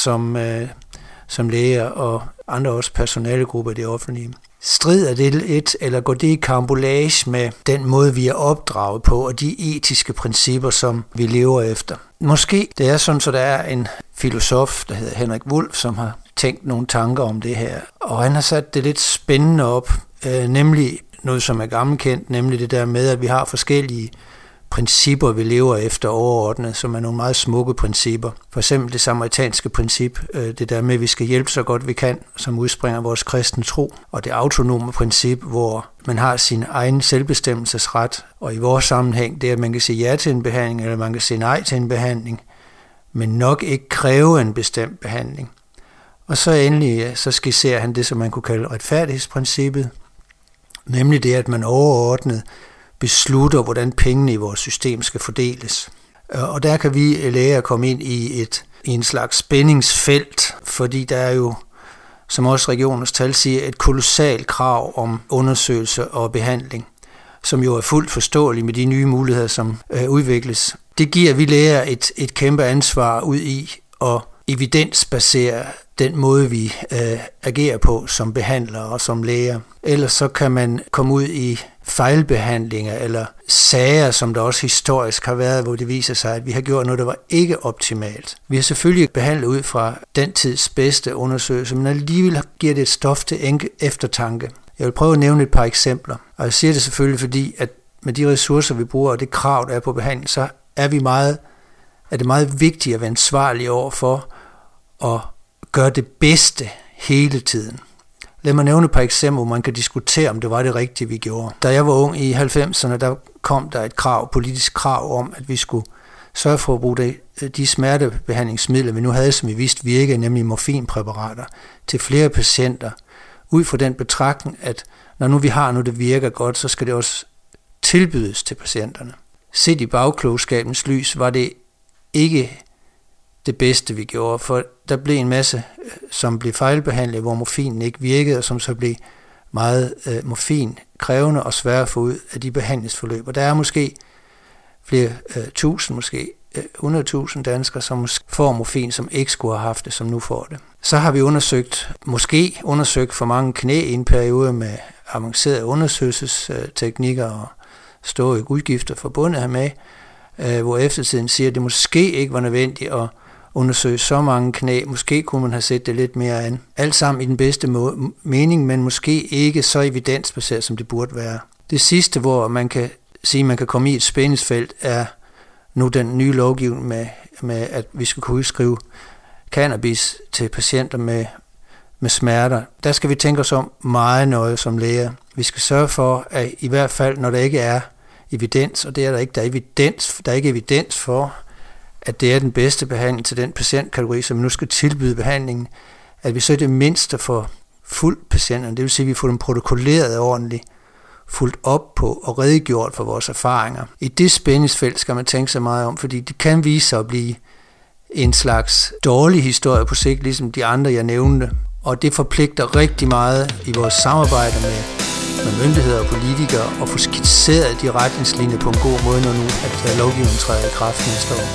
R: som læger og andre også personalegrupper i det offentlige. Strider det et, eller går det i karambolage med den måde, vi er opdraget på, og de etiske principper, som vi lever efter? Måske det er sådan, så der er en filosof, der hedder Henrik Wulff, som har tænkt nogle tanker om det her. Og han har sat det lidt spændende op, nemlig noget, som er gammelkendt, nemlig det der med, at vi har forskellige principper, vi lever efter overordnet, som er nogle meget smukke principper. For eksempel det samaritanske princip, det der med, at vi skal hjælpe så godt vi kan, som udspringer af vores kristne tro, og det autonome princip, hvor man har sin egen selvbestemmelsesret, og i vores sammenhæng, det er, at man kan sige ja til en behandling, eller man kan sige nej til en behandling, men nok ikke kræve en bestemt behandling. Og så endelig, så skitserer han det, som man kunne kalde retfærdighedsprincippet, nemlig det, at man overordnet beslutter, hvordan pengene i vores system skal fordeles. Og der kan vi læger komme ind i en slags spændingsfelt, fordi der er jo, som også regionens tal siger, et kolossalt krav om undersøgelse og behandling, som jo er fuldt forståeligt med de nye muligheder, som udvikles. Det giver vi læger et kæmpe ansvar ud i at evidensbasere den måde, vi agerer på som behandlere og som læger. Ellers så kan man komme ud i fejlbehandlinger eller sager, som der også historisk har været, hvor det viser sig, at vi har gjort noget, der var ikke optimalt. Vi har selvfølgelig behandlet ud fra den tids bedste undersøgelse, men alligevel giver det et stof til eftertanke. Jeg vil prøve at nævne et par eksempler, og jeg siger det selvfølgelig, fordi at med de ressourcer, vi bruger, og det krav, der er på behandling, så er det meget vigtigt at være ansvarlig over for at gøre det bedste hele tiden. Lad mig nævne et par eksempler, hvor man kan diskutere, om det var det rigtige, vi gjorde. Da jeg var ung i 90'erne, der kom der et politisk krav om, at vi skulle sørge for at bruge de smertebehandlingsmidler, vi nu havde, som vi vidste virkede, nemlig morfinpræparater, til flere patienter, ud fra den betragtning, at når nu vi har noget, det virker godt, så skal det også tilbydes til patienterne. Set i bagklogskabens lys var det ikke det bedste, vi gjorde, for der blev en masse, som blev fejlbehandlet, hvor morfinen ikke virkede, og som så blev meget morfinkrævende og svære at få ud af de behandlingsforløb. Og der er måske flere tusind, måske 100.000 danskere, som får morfin, som ikke skulle have haft det, som nu får det. Så har vi undersøgt for mange knæ i en periode med avancerede undersøgelsesteknikker og store udgifter forbundet hermed, hvor eftertiden siger, at det måske ikke var nødvendigt at undersøge så mange knæ. Måske kunne man have set det lidt mere an. Alt sammen i den bedste mening, men måske ikke så evidensbaseret, som det burde være. Det sidste, hvor man kan sige, at man kan komme i et spændingsfelt, er nu den nye lovgivning med at vi skal kunne udskrive cannabis til patienter med smerter. Der skal vi tænke os om meget nøje som læger. Vi skal sørge for, at i hvert fald, når der ikke er evidens, og det er der ikke, der er ikke evidens for, at det er den bedste behandling til den patientkategori, som vi nu skal tilbyde behandlingen, at vi så i det mindste får fuldt patienterne, det vil sige, at vi får dem protokolleret ordentligt, fuldt op på og redegjort for vores erfaringer. I det spændingsfelt skal man tænke sig meget om, fordi det kan vise sig at blive en slags dårlig historie på sigt, ligesom de andre, jeg nævnte. Og det forpligter rigtig meget i vores samarbejde med myndigheder og politikere at få skitseret de retningslinjer på en god måde, når nu at lovgivningen træder i kraft næste år.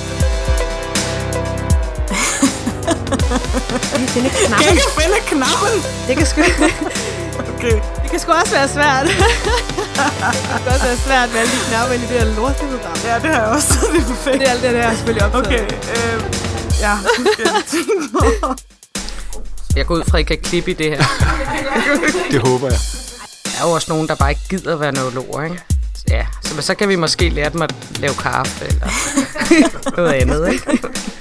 D: Kan I ikke finde knappen? Det kan sgu... Okay. Det kan sgu også være svært. Det kan også være svært med alle de knapper ind i det her lorteprogram.
E: Ja, det har jeg også. Det er perfekt.
D: Det er alt det, der er selvfølgelig optaget.
E: Okay, ja.
G: Jeg går ud fra, at I kan klippe i det her.
F: Det håber jeg.
G: Der er jo også nogen, der bare ikke gider være neurologer, ikke? Ja, så kan vi måske lære dem at lave kaffe eller noget andet, ikke?